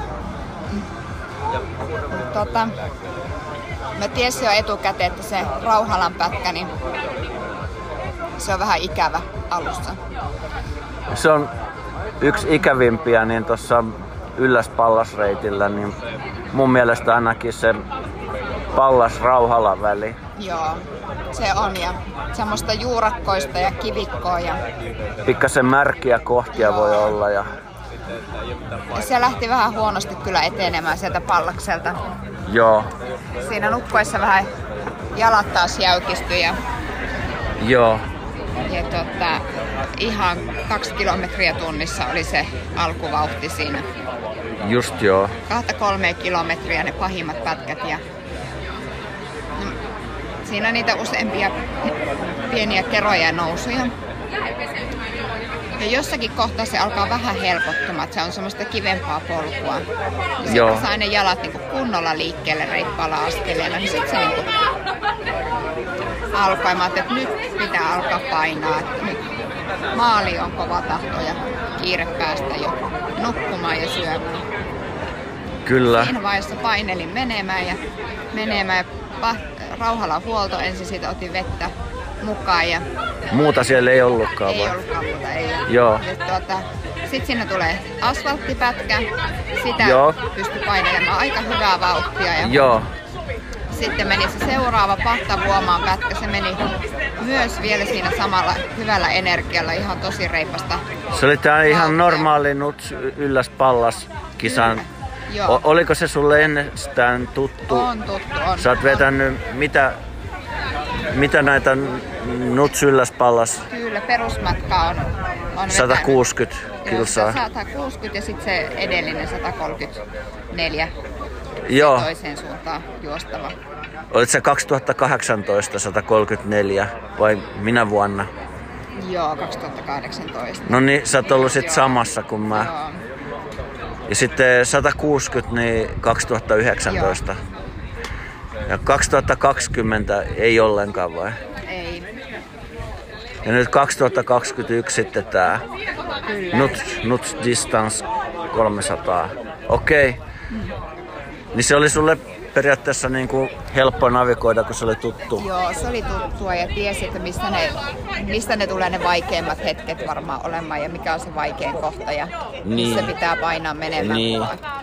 Mä tiesin jo etukäteen, että se Rauhalan pätkä, niin se on vähän ikävä alussa. Se on yksi ikävimpiä niin tuossa Ylläs-Pallas-reitillä, niin mun mielestä ainakin se Pallas-Rauhalan väli. Joo, se on, ja semmoista juurakkoista ja kivikkoa. Ja pikkasen märkiä kohtia voi olla. Ja se lähti vähän huonosti kyllä etenemään sieltä Pallakselta. Joo. Siinä nukkuessa vähän jalat taas jäykistyi. Joo. Ja ihan 2 kilometriä tunnissa oli se alkuvauhti siinä. Just joo. 2-3 kilometriä ne pahimmat pätkät. Ja siinä niitä useampia pieniä keroja ja nousuja. Ja jossakin kohtaa se alkaa vähän helpottumaan, se on semmoista kivempaa polkua. Ja sitten saa ne jalat niinku kunnolla liikkeelle reippaalla askeleella, niin sitten se niinku alkoi. Mä ajattelin, että nyt pitää alkaa painaa. Että nyt maali on kova tahto ja kiire päästä jo nukkumaan ja syömään. Kyllä. Siinä vaiheessa painelin menemään ja Rauhalan huolto ensin, siitä otin vettä mukaan. Ja muuta siellä ei ollutkaan ei ollutkaan muuta, ei. Joo. Sitten sinne tulee asfalttipätkä, sitä pystyi painelemaan aika hyvää vauhtia. Ja joo. Sitten meni se seuraava Pahtavuomaan pätkä, se meni myös vielä siinä samalla hyvällä energialla, ihan tosi reipasta. Se oli tää ihan normaali Nuts Ylläs-Pallas-kisan. Oliko se sulle ennestään tuttu? On tuttu, on. Sä oot vetänyt mitä mitä näitä Nuts Ylläspallas? Kyllä, perusmatka on 160 kilsaa. 160 ja sitten se edellinen 134 Joo. toiseen suuntaan juostava. Olit se 2018 134 vai minä vuonna? Joo, 2018. No niin, sä oot ollut sit samassa kuin mä. Joo. Ja sitten 160 niin 2019. Joo. Ja 2020 ei ollenkaan vai? Ei. Ja nyt 2021 sitten tää Nuts Distance 300. Okei. Niin se oli sulle periaatteessa niin kuin helppo navigoida, kun se oli tuttu. Joo, se oli tuttua ja tiesi, että mistä ne tulee ne vaikeimmat hetket varmaan olemaan ja mikä on se vaikein kohta ja missä pitää painaa menemään. Niin.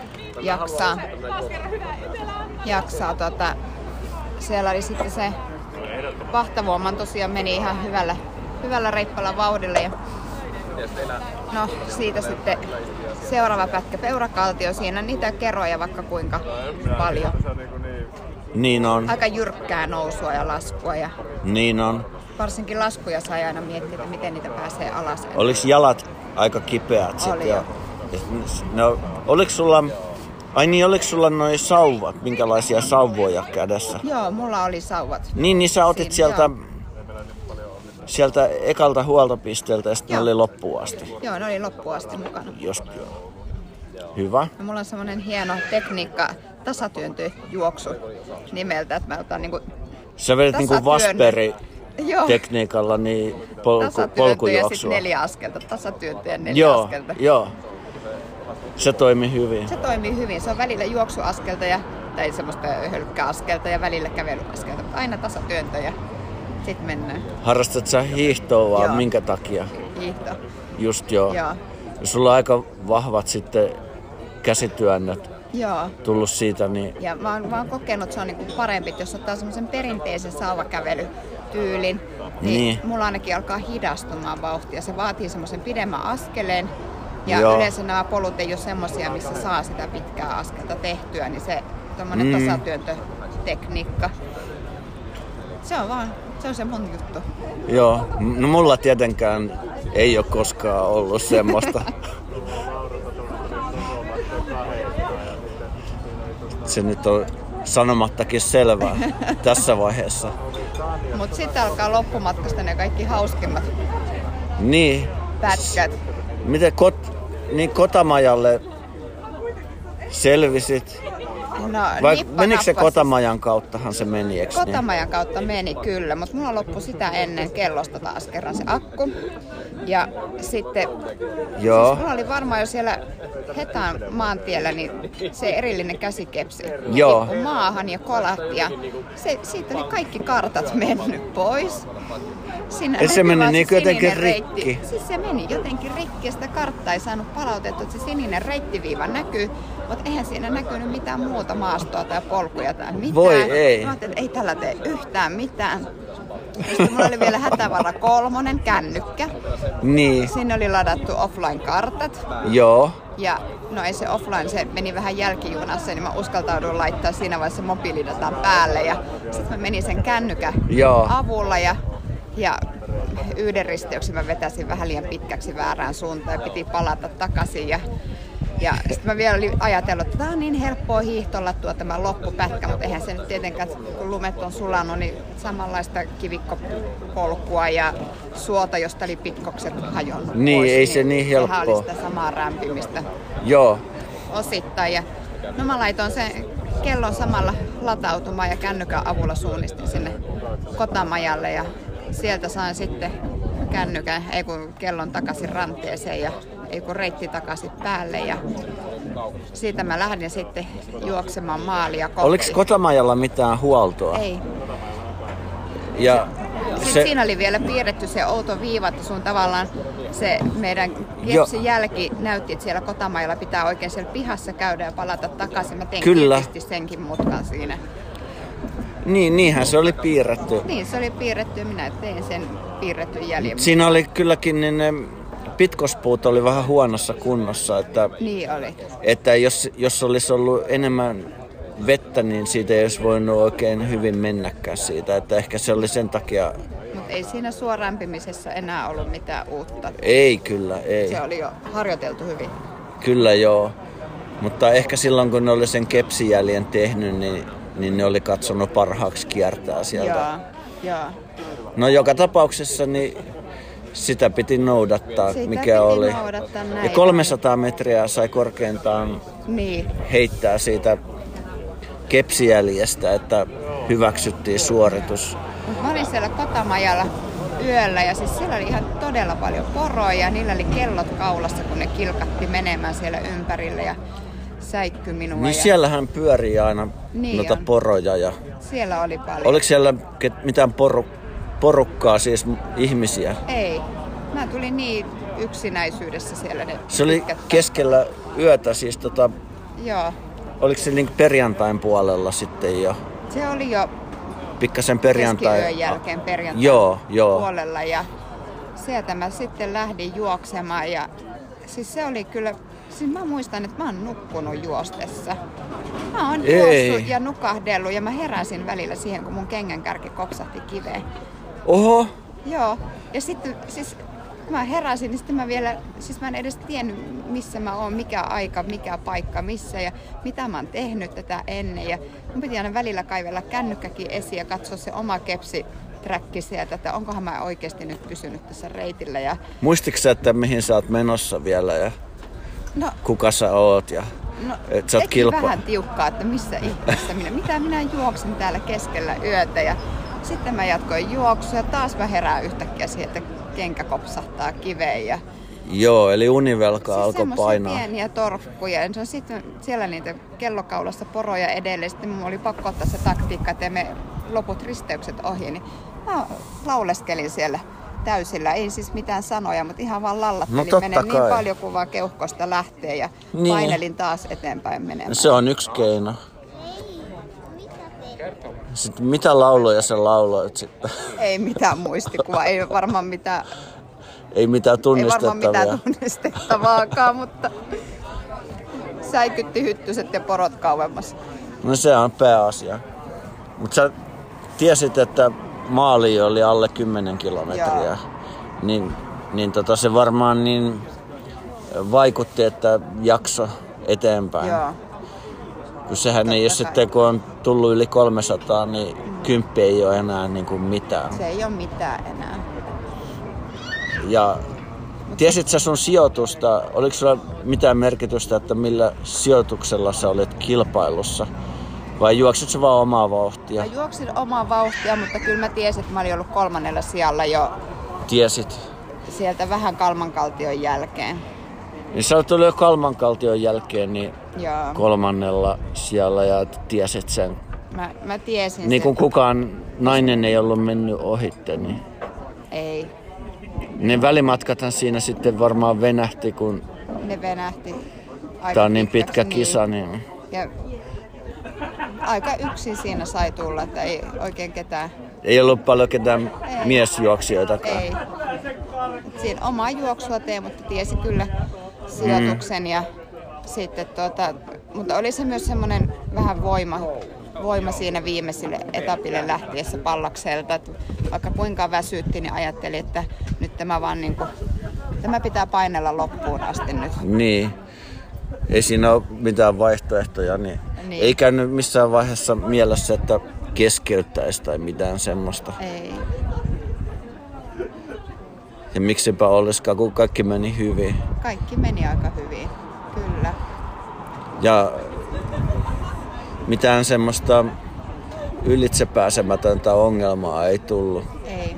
Jaksaa siellä oli sitten se vahtavuoman tosiaan meni ihan hyvällä reippalla vauhdilla ja no siitä sitten seuraava pätkä Peurakaltio, siinä niitä keroja vaikka kuinka paljon. Niin on. Aika jyrkkää nousua ja laskua ja Niin on. varsinkin laskuja sai aina miettiä, että miten niitä pääsee alas. Olis jalat aika kipeät sitten? Oli. No, oliks sulla noi sauvat? Minkälaisia sauvoja kädessä? Joo, mulla oli sauvat. Niin sä otit sieltä ekalta huoltopisteeltä ja sitten ne oli loppuun asti. Joo, ne oli loppuun asti mukana. Just joo. Hyvä. Ja mulla on semmonen hieno tekniikka, tasatyöntöjuoksu nimeltä, että mä otan niinku Sä vedät niinku Vasperi Joo. tekniikalla niin Tasatyöntö ja polkujuoksua. sitten 4 askelta. Tasatyöntö ja 4 askelta. Joo. Se toimi hyvin. Se toimii hyvin. Se on välillä juoksuaskelta tai semmoista hölkkäaskelta ja välillä kävelyaskelta. Aina tasatyöntö ja sitten mennään. Harrastat sä hiihtoa vaan? Joo. Minkä takia? Hiihto. Just joo. Joo. Sulla on aika vahvat sitten käsityönnöt Joo. tullut siitä, niin Ja mä oon kokenut, että se on niinku parempi, että jos ottaa semmoisen perinteisen sauvakävelytyylin, niin mulla ainakin alkaa hidastumaan vauhtia. Se vaatii semmoisen pidemmän askeleen. Ja yleensä nämä polut ei ole semmosia, missä saa sitä pitkää askelta tehtyä, niin se tommonen tasatyöntötekniikka, se on se mun juttu. joo. No mulla tietenkään ei ole koskaan ollut semmoista. Se nyt on sanomattakin selvää tässä vaiheessa. Mut sitten alkaa loppumatkasta ne kaikki hauskimmat Niin. pätkät. Miten Kotamajalle selvisit? No, Vai menikö se Kotamajan kauttahan se meni, eikö niin? Kotamajan kautta meni kyllä, mutta mulla loppui sitä ennen kellosta taas kerran se akku. Ja sitten Joo. Siis mulla oli varmaan jo siellä Hetaan maantiellä niin se erillinen käsikepsi tippui maahan ja kolahti ja siitä oli kaikki kartat mennyt pois. Se meni niin jotenkin rikki. Siis se meni jotenkin rikki ja sitä karttaa ei saanut palautettua, että se sininen reittiviiva näkyy, mutta eihän siinä näkynyt mitään muuta maastoa tai polkuja tai mitään. Voi ei. Mä ajattelin, että ei tällä tee yhtään mitään. Sitten mulla oli vielä hätävara 3, kännykkä. Niin. Sinne oli ladattu offline-kartat. Joo. Ja no ei se offline, se meni vähän jälkijunassa, niin mä uskaltauduin laittaa siinä vaiheessa mobiilidatan päälle. Ja sitten mä menin sen kännykän avulla ja yhden risteyksen mä vetäsin vähän liian pitkäksi väärään suuntaan ja piti palata takaisin. Ja sitten mä vielä olin ajatellut, että tämä on niin helppoa hiihtolla tämä loppupätkä, mutta eihän se nyt tietenkään, kun lumet on sulanut, niin samanlaista kivikkopolkua ja suota, josta oli pitkokset hajonnut niin, pois. Ei se niin helppoa. Sehän oli sitä samaa rämpimistä osittain. Ja no mä laitoin sen kellon samalla latautumaan ja kännykän avulla suunnistin sinne Kotamajalle ja sieltä sain sitten kellon takaisin ranteeseen ja reitti takaisin päälle ja siitä mä lähdin sitten juoksemaan maalia kohti. Oliko Kotamajalla mitään huoltoa? Ei. Ja sitten siinä oli vielä piirretty se outo viiva, että sun tavallaan se meidän kepsin jälki näytti, että siellä Kotamajalla pitää oikein siellä pihassa käydä ja palata takaisin. Mä tein kiltisti senkin mutkan siinä. Niin, niinhän se oli piirretty. Niin, se oli piirretty ja minä tein sen piirrettyn jäljen. Siinä oli kylläkin niin ne pitkospuut oli vähän huonossa kunnossa. Että, niin oli. Että jos olisi ollut enemmän vettä, niin siitä ei olisi voinut oikein hyvin mennäkään siitä. Että ehkä se oli sen takia... Mutta ei siinä suorämpimisessä enää ollut mitään uutta. Ei kyllä, ei. Se oli jo harjoiteltu hyvin. Kyllä joo. Mutta ehkä silloin kun ne oli sen kepsijäljen tehnyt, niin ne oli katsonut parhaaksi kiertää sieltä. Joo. No joka tapauksessa niin sitä piti noudattaa, Sitä mikä piti oli. noudattaa näin. Ja 300 metriä sai korkeintaan heittää siitä kepsijäljestä, että hyväksyttiin suoritus. Mä olin siellä Kotamajalla yöllä ja siis siellä oli ihan todella paljon poroja ja niillä oli kellot kaulassa, kun ne kilkatti menemään siellä ympärillä ja säikky minua. Niin siellähän pyörii aina noita poroja. Ja... Siellä oli paljon. Oliko siellä mitään porukkaa, siis ihmisiä? Ei. Mä tulin niin yksinäisyydessä siellä. Se oli keskellä yötä siis Joo. Oliko se niin perjantain puolella sitten jo? Se oli jo pikkasen perjantai. jälkeen perjantai puolella ja sieltä mä sitten lähdin juoksemaan ja siis se oli kyllä, siis mä muistan, että mä oon nukkunut juostessa. Mä oon juossut ja nukahdellut ja mä heräsin välillä siihen, kun mun kengänkärki kopsahti kiveen. Oho! Joo, ja sitten siis kun mä heräsin, niin sitten mä en edes tiennyt missä mä oon, mikä aika, mikä paikka, missä ja mitä mä oon tehnyt tätä ennen. Ja mun piti aina välillä kaivella kännykkäkin esiin ja katsoa se oma kepsiträkki sieltä, että onkohan mä oikeasti nyt pysynyt tässä reitillä. Ja... Muistitko sä, että mihin sä oot menossa vielä ja kuka sä oot? Ja... sä oot vähän tiukkaa, että missä ihmeessä mitä minä juoksen täällä keskellä yötä. Ja sitten mä jatkoin juoksua ja taas mä herään yhtäkkiä siihen, että kenkä kopsahtaa kiveen. Ja... Joo, eli univelka siis alkoi painaa. Pieniä torkkuja. Se on sitten siellä niitä kellokaulassa poroja edelleen. Sitten mun oli pakko ottaa se taktiikka, että me loput risteykset ohi. Niin mä lauleskelin siellä täysillä. Ei siis mitään sanoja, mutta ihan vaan lallattelin. Menen niin paljon kuin vaan keuhkosta lähtee ja painelin taas eteenpäin menemään. Se on yksi keino. Sitten mitä lauloja sä lauloit sitten? Ei mitään muistikuvaa, ei varmaan mitään... Ei mitään tunnistettavaa. Ei varmaan mitään tunnistettavaakaan, mutta säikytti hyttyset ja porot kauemmas. No se on pääasia. Mutta sä tiesit, että maali oli alle 10 kilometriä. Niin se varmaan niin vaikutti, että jakso eteenpäin. Joo. Kun sehän ei ole sitten, kun on tullut yli 300, niin 10 ei ole enää niin kuin mitään. Se ei ole mitään enää. Ja tiesit sä sun sijoitusta? Oliko sulla mitään merkitystä, että millä sijoituksella sä olet kilpailussa? Vai juoksit sä vaan omaa vauhtia? Mä juoksin omaa vauhtia, mutta kyllä mä tiesin, että mä olin ollut 3. sijalla jo. Tiesit? Sieltä vähän Kalmankaltion jälkeen. Niin sä olet ollut jo Kalmankaltion jälkeen niin 3. sijalla ja tiesit sen. Mä tiesin niin kuin kukaan nainen ei ollut mennyt ohitte. Niin... Ei. Ne välimatkathan siinä sitten varmaan venähti, kun... Ne venähti aika tää on niin pitkä kisa, niin... Ja aika yksin siinä sai tulla, että ei oikein ketään... Ei ollut paljon ketään miesjuoksijoitakaan. Ei. Siinä omaa juoksua tein, mutta tiesi kyllä sijoituksen ja sitten mutta oli se myös semmoinen vähän voima siinä viimeisille etapille lähtiessä Pallakselta, että vaikka kuinka väsytti, niin ajattelin, että nyt tämä pitää painella loppuun asti nyt. Niin. Ei siinä ole mitään vaihtoehtoja, niin ei käynyt missään vaiheessa mielessä, että keskeyttäisi tai mitään semmoista. Ei. Ja miksipä olisikaan, kun kaikki meni hyvin. Kaikki meni aika hyvin, kyllä. Ja mitään semmoista ylitsepääsemätöntä ongelmaa ei tullut. Ei.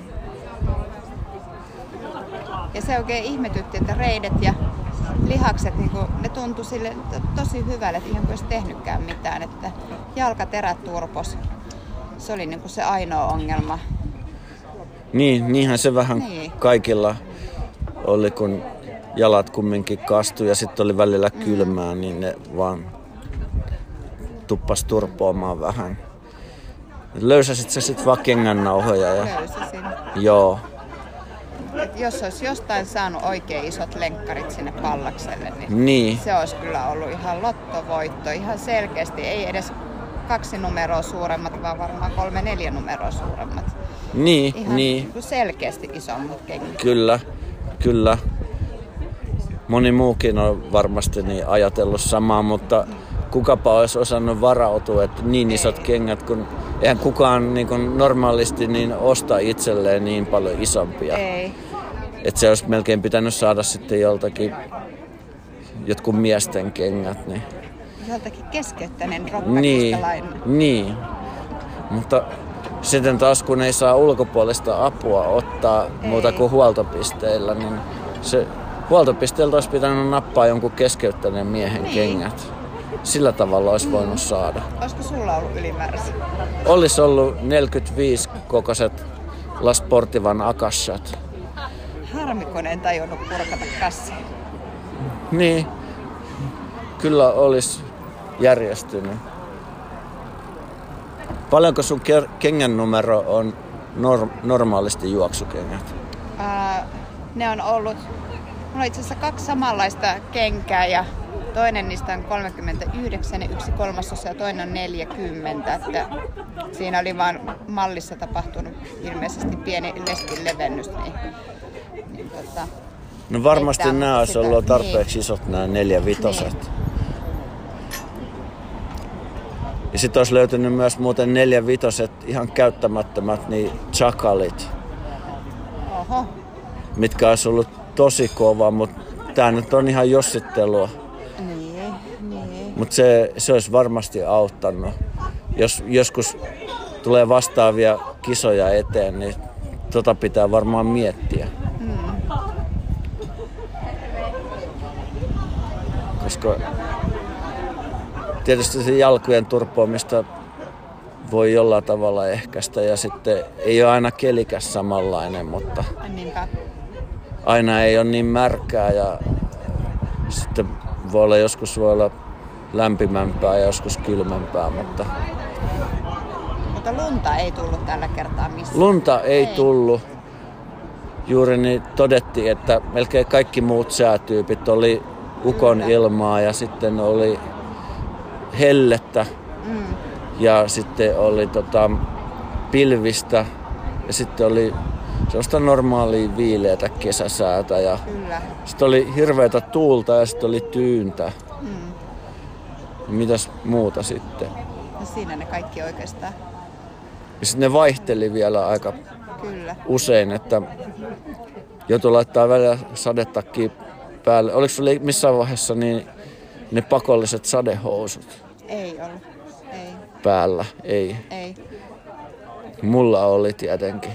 Ja se oikein ihmetytti, että reidet ja lihakset, ne tuntui sille tosi hyvälle, että ihan kuin olisi tehnytkään mitään. Että jalkaterät turpos. Se oli se ainoa ongelma. Niinhän se vähän kaikilla oli, kun jalat kumminkin kastui ja sitten oli välillä kylmää, niin ne vaan tuppas turpoamaan vähän. Löysäsit sä sit vaan kengännauhoja? Löysäsin. Joo. Et jos olisi jostain saanut oikein isot lenkkarit sinne Pallakselle, niin se olisi kyllä ollut ihan lottovoitto. Ihan selkeästi, ei edes 2 numeroa suuremmat, vaan varmaan 3-4 numeroa suuremmat. Niin, Ihan niin. selkeästi isommat kengät. Kyllä, kyllä. Moni muukin on varmasti niin ajatellut samaa, mutta kukapa olisi osannut varautua, että niin isot kengät, kun eihän kukaan niin kuin normaalisti niin osta itselleen niin paljon isompia. Ei. Että se olisi melkein pitänyt saada sitten joltakin jotkut miesten kengät. Niin. Joltakin keskeyttäneen roppakistalainen. Niin. Mutta sitten taas kun ei saa ulkopuolista apua ottaa muuta kuin huoltopisteillä, niin se huoltopisteeltä olisi pitänyt nappaa jonkun keskeyttäneen miehen kengät. Sillä tavalla olisi voinut saada. Olisiko sulla ollut ylimääräisiä? Olisi ollut 45 kokoiset La Sportivan Akashat. Harmi, kun en tajunnut purkata kassia. Niin, kyllä olisi järjestynyt. Paljonko sun kengän numero on normaalisti juoksukengät? Ne on ollut, mulla on itse asiassa 2 samanlaista kenkää ja toinen niistä on 39 ja 1/3 ja toinen on 40. Että siinä oli vaan mallissa tapahtunut ilmeisesti pieni lestin levennys. No varmasti nämä olisi ollut tarpeeksi niin. isot nämä 4-5. Niin. Ja sitten olisi löytynyt myös muuten 4-5 ihan käyttämättömät niin chakalit. Oho. Mitkä olisi ollut tosi kova, mutta tää nyt on ihan jossittelua. Niin. Mutta se olisi varmasti auttanut. Jos joskus tulee vastaavia kisoja eteen, niin tota pitää varmaan miettiä. Koska tietysti se jalkojen turpoamista voi jollain tavalla ehkäistä ja sitten ei ole aina kelikäs samanlainen, mutta Niinpä. aina ei ole niin märkää ja sitten joskus voi olla lämpimämpää ja joskus kylmempää, mutta lunta ei tullut tällä kertaa missään. Lunta ei tullut. Juuri niin todettiin, että melkein kaikki muut säätyypit oli ukon ilmaa ja sitten oli hellettä ja sitten oli pilvistä ja sitten oli sellaista normaalia viileätä kesäsäätä ja sitten oli hirveätä tuulta ja sitten oli tyyntä. Mitäs muuta sitten? No siinä ne kaikki oikeastaan. Ja sitten ne vaihteli vielä aika usein, että joutui laittaa välillä sadetakkiin päälle. Oliko sulla missään vaiheessa niin ne pakolliset sadehousut? Ei ollut. Ei. Päällä? Ei. Ei. Mulla oli tietenkin.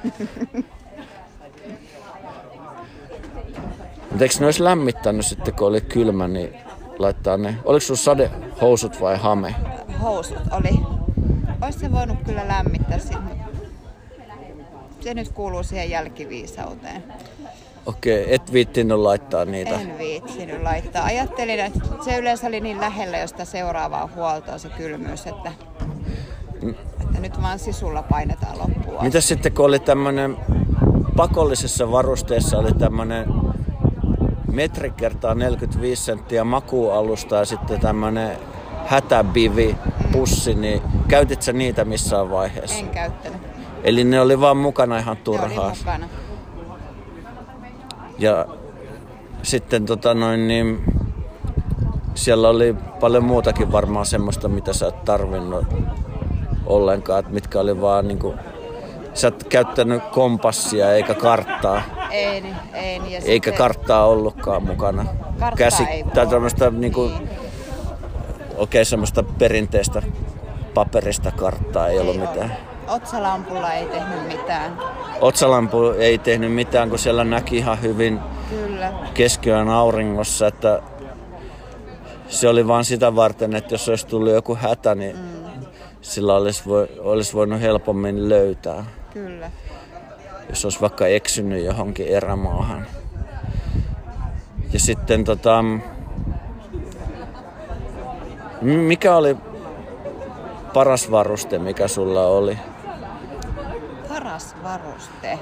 Mutta eikö ne olisi lämmittänyt sitten, kun oli kylmä, niin laittaa ne... Oliko sulla sadehousut vai hame? Housut oli. Ois se voinut kyllä lämmittää sitten. Se nyt kuuluu siihen jälkiviisauteen. Okei, et viittinyt laittaa niitä? En viitsinyt laittaa. Ajattelin, että se yleensä oli niin lähellä josta seuraavaa huoltoa se kylmyys, että nyt vaan sisulla painetaan loppuun. Mitäs sitten, kun oli tämmönen pakollisessa varusteessa oli tämmönen 1 x 45 senttiä makuualusta ja sitten tämmönen hätäbivi pussi, niin käytit sä niitä missään vaiheessa? En käyttänyt. Eli ne oli vaan mukana ihan turhaa? Ne oli mukana. Ja sitten niin siellä oli paljon muutakin varmaan semmoista, mitä sä et tarvinnut ollenkaan, että mitkä oli vaan niinku, sä et käyttänyt kompassia eikä karttaa. Ei. Ja eikä karttaa ollutkaan mukana. Karttaa ei tai tämmöistä niinku, semmoista perinteistä paperista karttaa ei ollut mitään. Otsalampulla ei tehnyt mitään. Otsalampu ei tehnyt mitään, kun siellä näki ihan hyvin keskiyön auringossa, että se oli vaan sitä varten, että jos olisi tullut joku hätä, niin sillä olisi voinut helpommin löytää. Kyllä. Jos olisi vaikka eksynyt johonkin erämaahan. Ja sitten mikä oli paras varuste, mikä sulla oli? Paras varuste?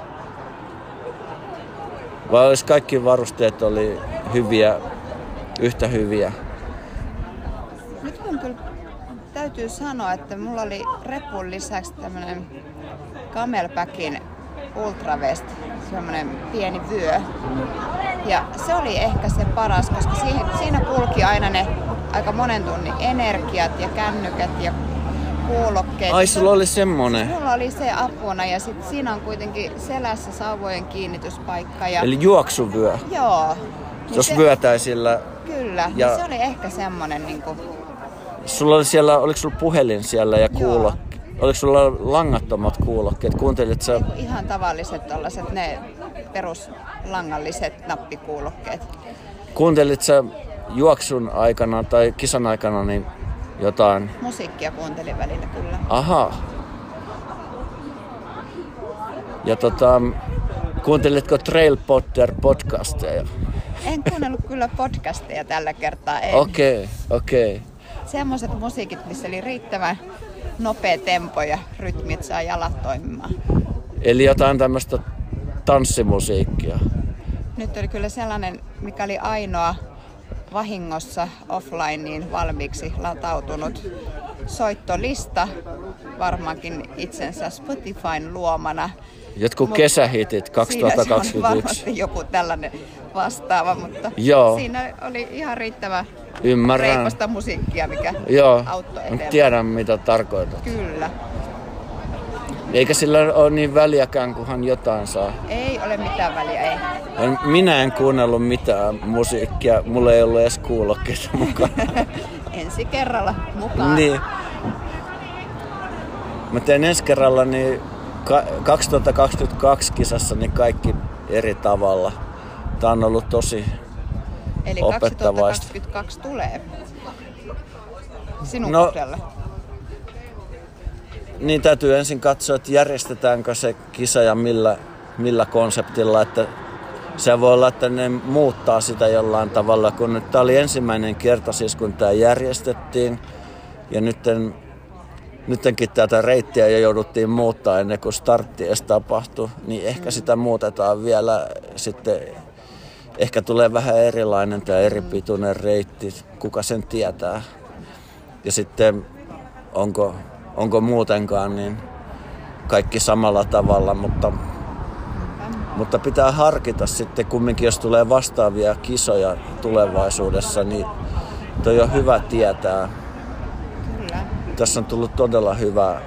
Vai olisi kaikki varusteet oli hyviä, yhtä hyviä? Nyt on kyllä täytyy sanoa, että mulla oli repun lisäksi tämmönen Camelbackin Ultravest, semmonen pieni vyö. Ja se oli ehkä se paras, koska siinä kulki aina ne aika monen tunnin energiat ja kännykät ja kuulokkeet. Ai, sulla oli semmonen? Mulla oli se apuna ja sit siinä on kuitenkin selässä sauvojen kiinnityspaikka. Ja... Eli juoksuvyö? Joo. Jos se... vyötäisillä... Kyllä, ja... se oli ehkä semmonen niinku... Sulla oli siellä, oliko sulla puhelin siellä ja kuulokkeet? Oliko sulla langattomat kuulokkeet? Kuuntelit sä... Ihan tavalliset tollaset, ne peruslangalliset nappikuulokkeet. Kuuntelit sä juoksun aikana tai kisan aikana niin jotain? Musiikkia kuuntelin välillä kyllä. Aha. Ja kuuntelitko Trail Potter podcasteja? En kuunnellut kyllä podcasteja tällä kertaa, en. Okei. Semmoiset musiikit, missä oli riittävän nopea tempo ja rytmit saa jalat toimimaan. Eli jotain tämmöistä tanssimusiikkia? Nyt oli kyllä sellainen, mikä oli ainoa vahingossa offlineen valmiiksi latautunut soittolista, varmaankin itsensä Spotifyn luomana. Jotkut kesähitit 2021. Siinä on varmasti joku tällainen vastaava, mutta siinä oli ihan riittävä reipasta musiikkia, mikä auttoi eteenpäin. Tiedän, mitä tarkoitat. Kyllä. Eikä sillä ole niin väliäkään, kunhan jotain saa. Ei ole mitään väliä, ei. Minä en kuunnellut mitään musiikkia. Mulla ei ollut edes kuulokkeita mukana. Ensi kerralla mukaan. Niin. Mä teen ensi kerralla niin 2022 kisassa niin kaikki eri tavalla. Tää on ollut tosi eli opettavaista. 2022 tulee sinun kohdalla. Niin täytyy ensin katsoa, että järjestetäänkö se kisa ja millä konseptilla. Että se voi olla, että ne muuttaa sitä jollain tavalla. Kun nyt tää oli ensimmäinen kerta siis, kun tää järjestettiin. Ja nyttenkin tätä reittiä jo jouduttiin muuttaa ennen kuin startti edes tapahtui. Niin ehkä sitä muutetaan vielä sitten. Ehkä tulee vähän erilainen tämä eri pituinen reitti. Kuka sen tietää. Ja sitten onko muutenkaan niin kaikki samalla tavalla, mutta pitää harkita sitten kumminkin, jos tulee vastaavia kisoja tulevaisuudessa, niin toi on hyvä tietää. Kyllä. Tässä on tullut todella hyvää.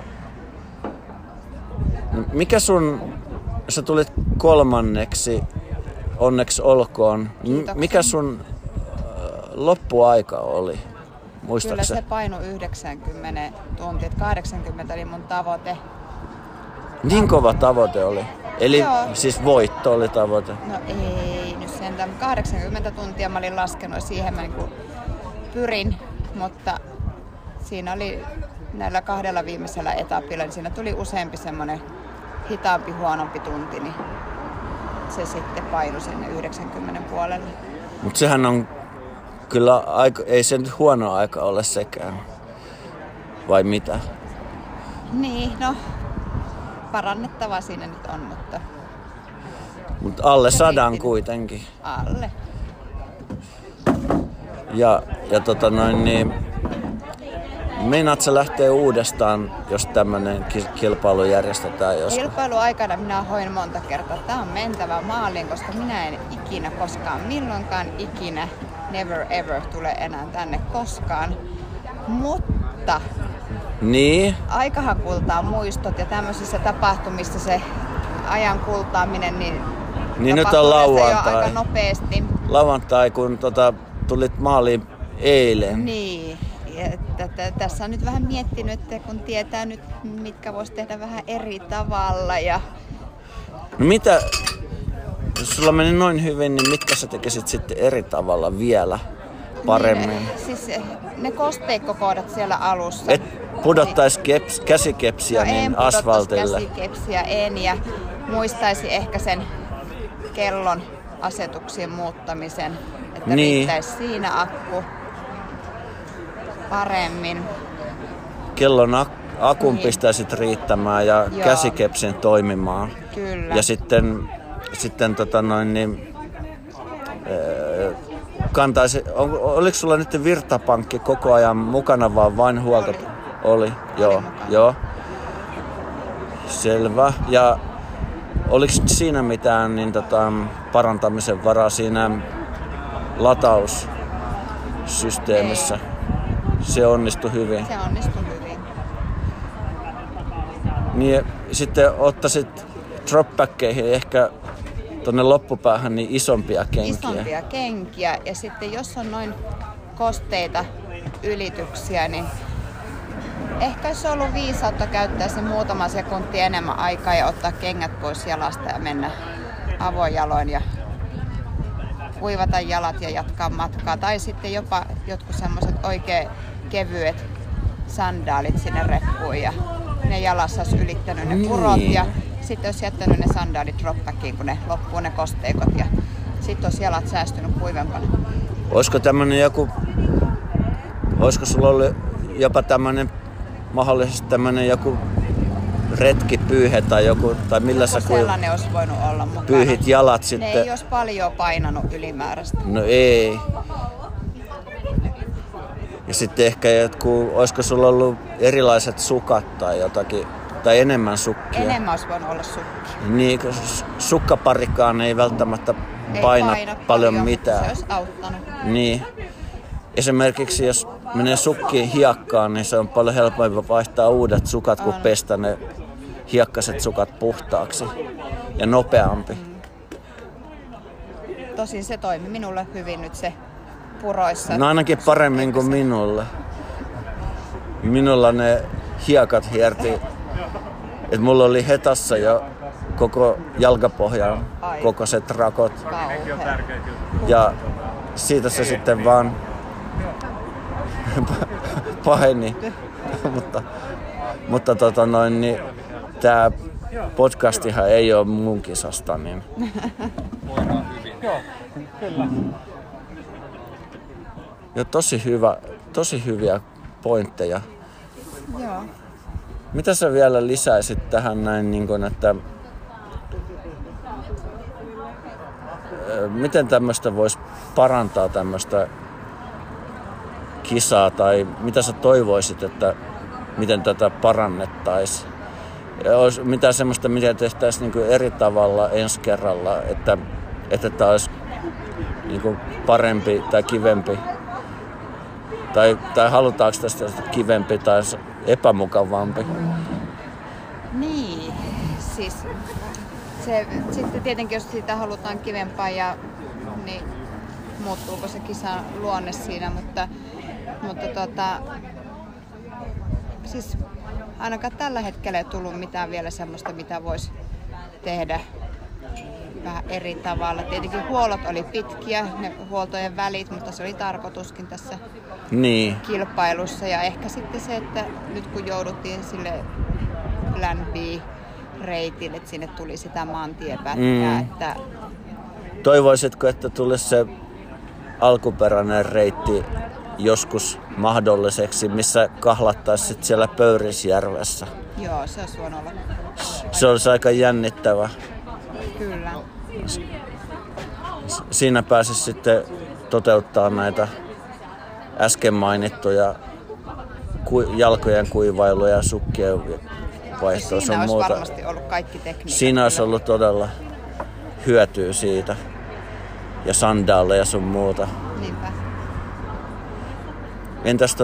Mikä sä tulit kolmanneksi, onneksi olkoon. Mikä sun loppuaika oli? Muistatko? Kyllä se painui 90 tuntia, 80 oli mun tavoite. Niin kova tavoite oli? Eli siis voitto oli tavoite? No ei nyt sentään. 80 tuntia mä olin laskenut ja siihen mä niinku pyrin, mutta siinä oli näillä kahdella viimeisellä etapilla, niin siinä tuli useampi semmonen hitaampi, huonompi tunti, niin se sitten painui sinne 90 puolelle. Mut sehän on kyllä ei se nyt huono aika ole sekään. Vai mitä? Niin, no parannettavaa siinä nyt on, mutta... Mutta alle 100 kuitenkin. Alle. Ja niin... Meinaat sä lähtee uudestaan, jos tämmönen kilpailu järjestetään joskus? Kilpailuaikana minä hoin monta kertaa. Tää on mentävä maaliin, koska minä en ikinä koskaan, milloinkaan ikinä, never ever tule enää tänne koskaan. Mutta niin. Aikahan kultaa muistot ja tämmöisissä tapahtumissa se ajan kultaaminen, niin nyt on lauantai. Jo aika nopeasti. Lauantai, kun tulit maaliin eilen. Niin. Tässä on nyt vähän miettinyt, että kun tietää nyt, mitkä voisi tehdä vähän eri tavalla. Ja... No mitä, jos sulla meni noin hyvin, niin mitkä sä tekisit sitten eri tavalla vielä paremmin? Niin, siis ne kosteikkokohdat siellä alussa. Et pudottais käsikepsiä niin asfaltille? Käsikepsiä en ja muistaisi ehkä sen kellon asetuksien muuttamisen, että riittäisi siinä akku paremmin. Kellon akun pistäisit riittämään ja käsikepsin toimimaan. Kyllä. Ja sitten kantaisi, oliko sulla nyt virtapankki koko ajan mukana vain huolto? Oli, joo. Selvä. Ja oliko siinä mitään niin, parantamisen varaa siinä lataussysteemissä? Se onnistui hyvin. Se onnistui hyvin. Niin sitten ottaisit dropbackkeihin ehkä tuonne loppupäähän niin isompia kenkiä. Ja sitten jos on noin kosteita ylityksiä, niin ehkä olisi ollut viisautta käyttää se muutama sekunti enemmän aikaa ja ottaa kengät pois jalasta ja mennä avojaloin ja kuivata jalat ja jatkaa matkaa. Tai sitten jopa jotkut semmoiset oikein kevyet sandaalit sinne reppuun ja ne jalassa olisi ylittänyt ne purot ja sitten olisi jättänyt ne sandaalit dropbackiin, kun ne loppuu ne kosteikot ja sitten olisi jalat säästynyt kuivempana. Olisiko sulla ollut jopa tämmönen mahdollisesti tämmönen joku retkipyyhe tai joku, tai millä sä sellainen olisi voinut olla mukana. Pyyhit jalat sitten? Ne ei olisi paljon painanut ylimääräistä. No ei. Ja sitten ehkä olisiko sulla ollut erilaiset sukat tai jotakin, tai enemmän sukkia? Enemmän olisi voinut olla sukkia. Niin, sukkaparikaan ei välttämättä paina paljon mitään. Se olisi auttanut. Niin. Esimerkiksi jos menee sukkiin hiekkaan, niin se on paljon helpompi vaihtaa uudet sukat, kuin pestä ne hiekkaset sukat puhtaaksi. Ja nopeampi. Tosin se toimi minulle hyvin nyt se puroissa. No ainakin paremmin kuin minulle. Minulla ne hiekat hierti. Et mulla oli hetassa jo koko jalkapohjan kokoiset rakot. Ja siitä se sitten vaan paheni. mutta niin tää podcastihan ei ole mun kisasta, niin. Joo, kyllä. Ja tosi hyviä pointteja. Joo. Mitä sä vielä lisäisit tähän näin, niin kun, että miten tämmöistä voisi parantaa tämmöistä kisaa, tai mitä sä toivoisit, että miten tätä parannettaisiin? Olisi mitään semmoista, mitä tehtäisiin niin kuin eri tavalla ensi kerralla, että tämä olisi niin kuin parempi tai kivempi? Tai halutaanko tästä kivempi tai epämukavampi? Niin, siis se, sitten tietenkin jos siitä halutaan kivempaa, niin muuttuuko se kisan luonne siinä, mutta siis ainakaan tällä hetkellä ei tullut mitään vielä semmoista, mitä voisi tehdä vähän eri tavalla. Tietenkin huollot oli pitkiä, ne huoltojen välit, mutta se oli tarkoituskin tässä kilpailussa. Ja ehkä sitten se, että nyt kun jouduttiin sille Plan B-reitille, että sinne tuli sitä maantiepätkää. Että toivoisitko, että tulisi se alkuperäinen reitti joskus mahdolliseksi, missä kahlattaisiin siellä Pöyrisjärvessä? Joo, se olisi voinut olla. Se olisi aika jännittävä. Kyllä. Siinä pääsisi sitten toteuttaa näitä äsken mainittuja jalkojen kuivailuja ja sukkien vaihtoa. Siinä olisi varmasti ollut kaikki tekniikka. Siinä olisi ollut todella hyötyä siitä. Ja sandaaleja sun muuta. Niinpä. Entäs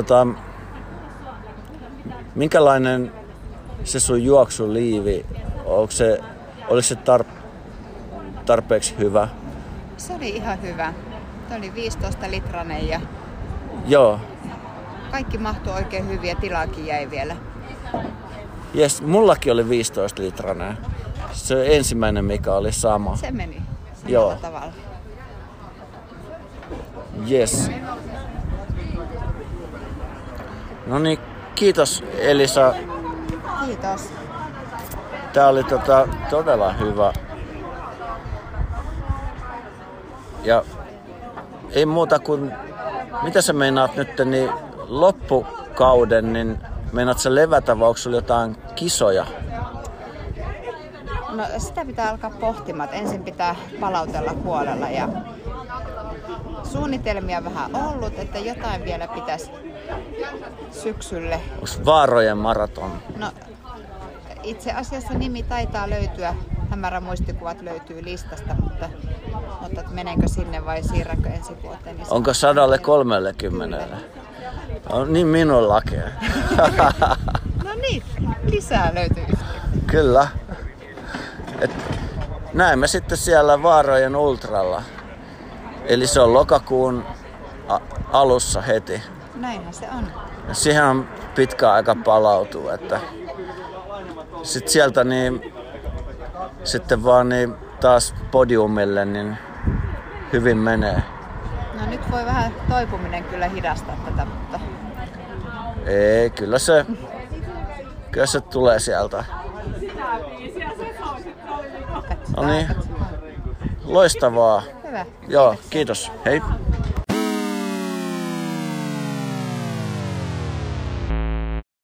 minkälainen se sun juoksuliivi? Oliko se tarpeeksi hyvä? Se oli ihan hyvä. Se oli 15 litranen ja joo. Kaikki mahtui oikein hyvin ja tilaakin jäi vielä. Jes, mullakin oli 15 litranen. Se ensimmäinen, mikä oli sama. Se meni samalla tavalla. Jes. No niin, kiitos Elisa. Kiitos. Tää oli todella hyvä. Ja ei muuta kuin, mitä sä meinaat nyt, niin loppukauden, niin meinaat sä levätä, vai onko sulla jotain kisoja? No sitä pitää alkaa pohtimaan, että ensin pitää palautella huolella ja suunnitelmia vähän ollut, että jotain vielä pitäisi syksylle. Onko Vaarojen maraton? No, itse asiassa nimi taitaa löytyä, Hämärä muistikuvat löytyy listasta, mutta menenkö sinne vai siirränkö ensi vuoteen? Niin onko 130? On niin minullakin. No niin, lisää löytyy yhteyttä. Kyllä. Näemme sitten siellä Vaarojen ultralla. Eli se on lokakuun alussa heti. Näinhän se on. Ja siihen on pitkä aika palautua, että sitten sieltä niin sitten vaan niin taas podiumille niin hyvin menee. No nyt voi vähän toipuminen kyllä hidastaa tätä, mutta ei, kyllä se tulee sieltä. No niin, loistavaa. Hyvä. Joo, kiitos. Hei.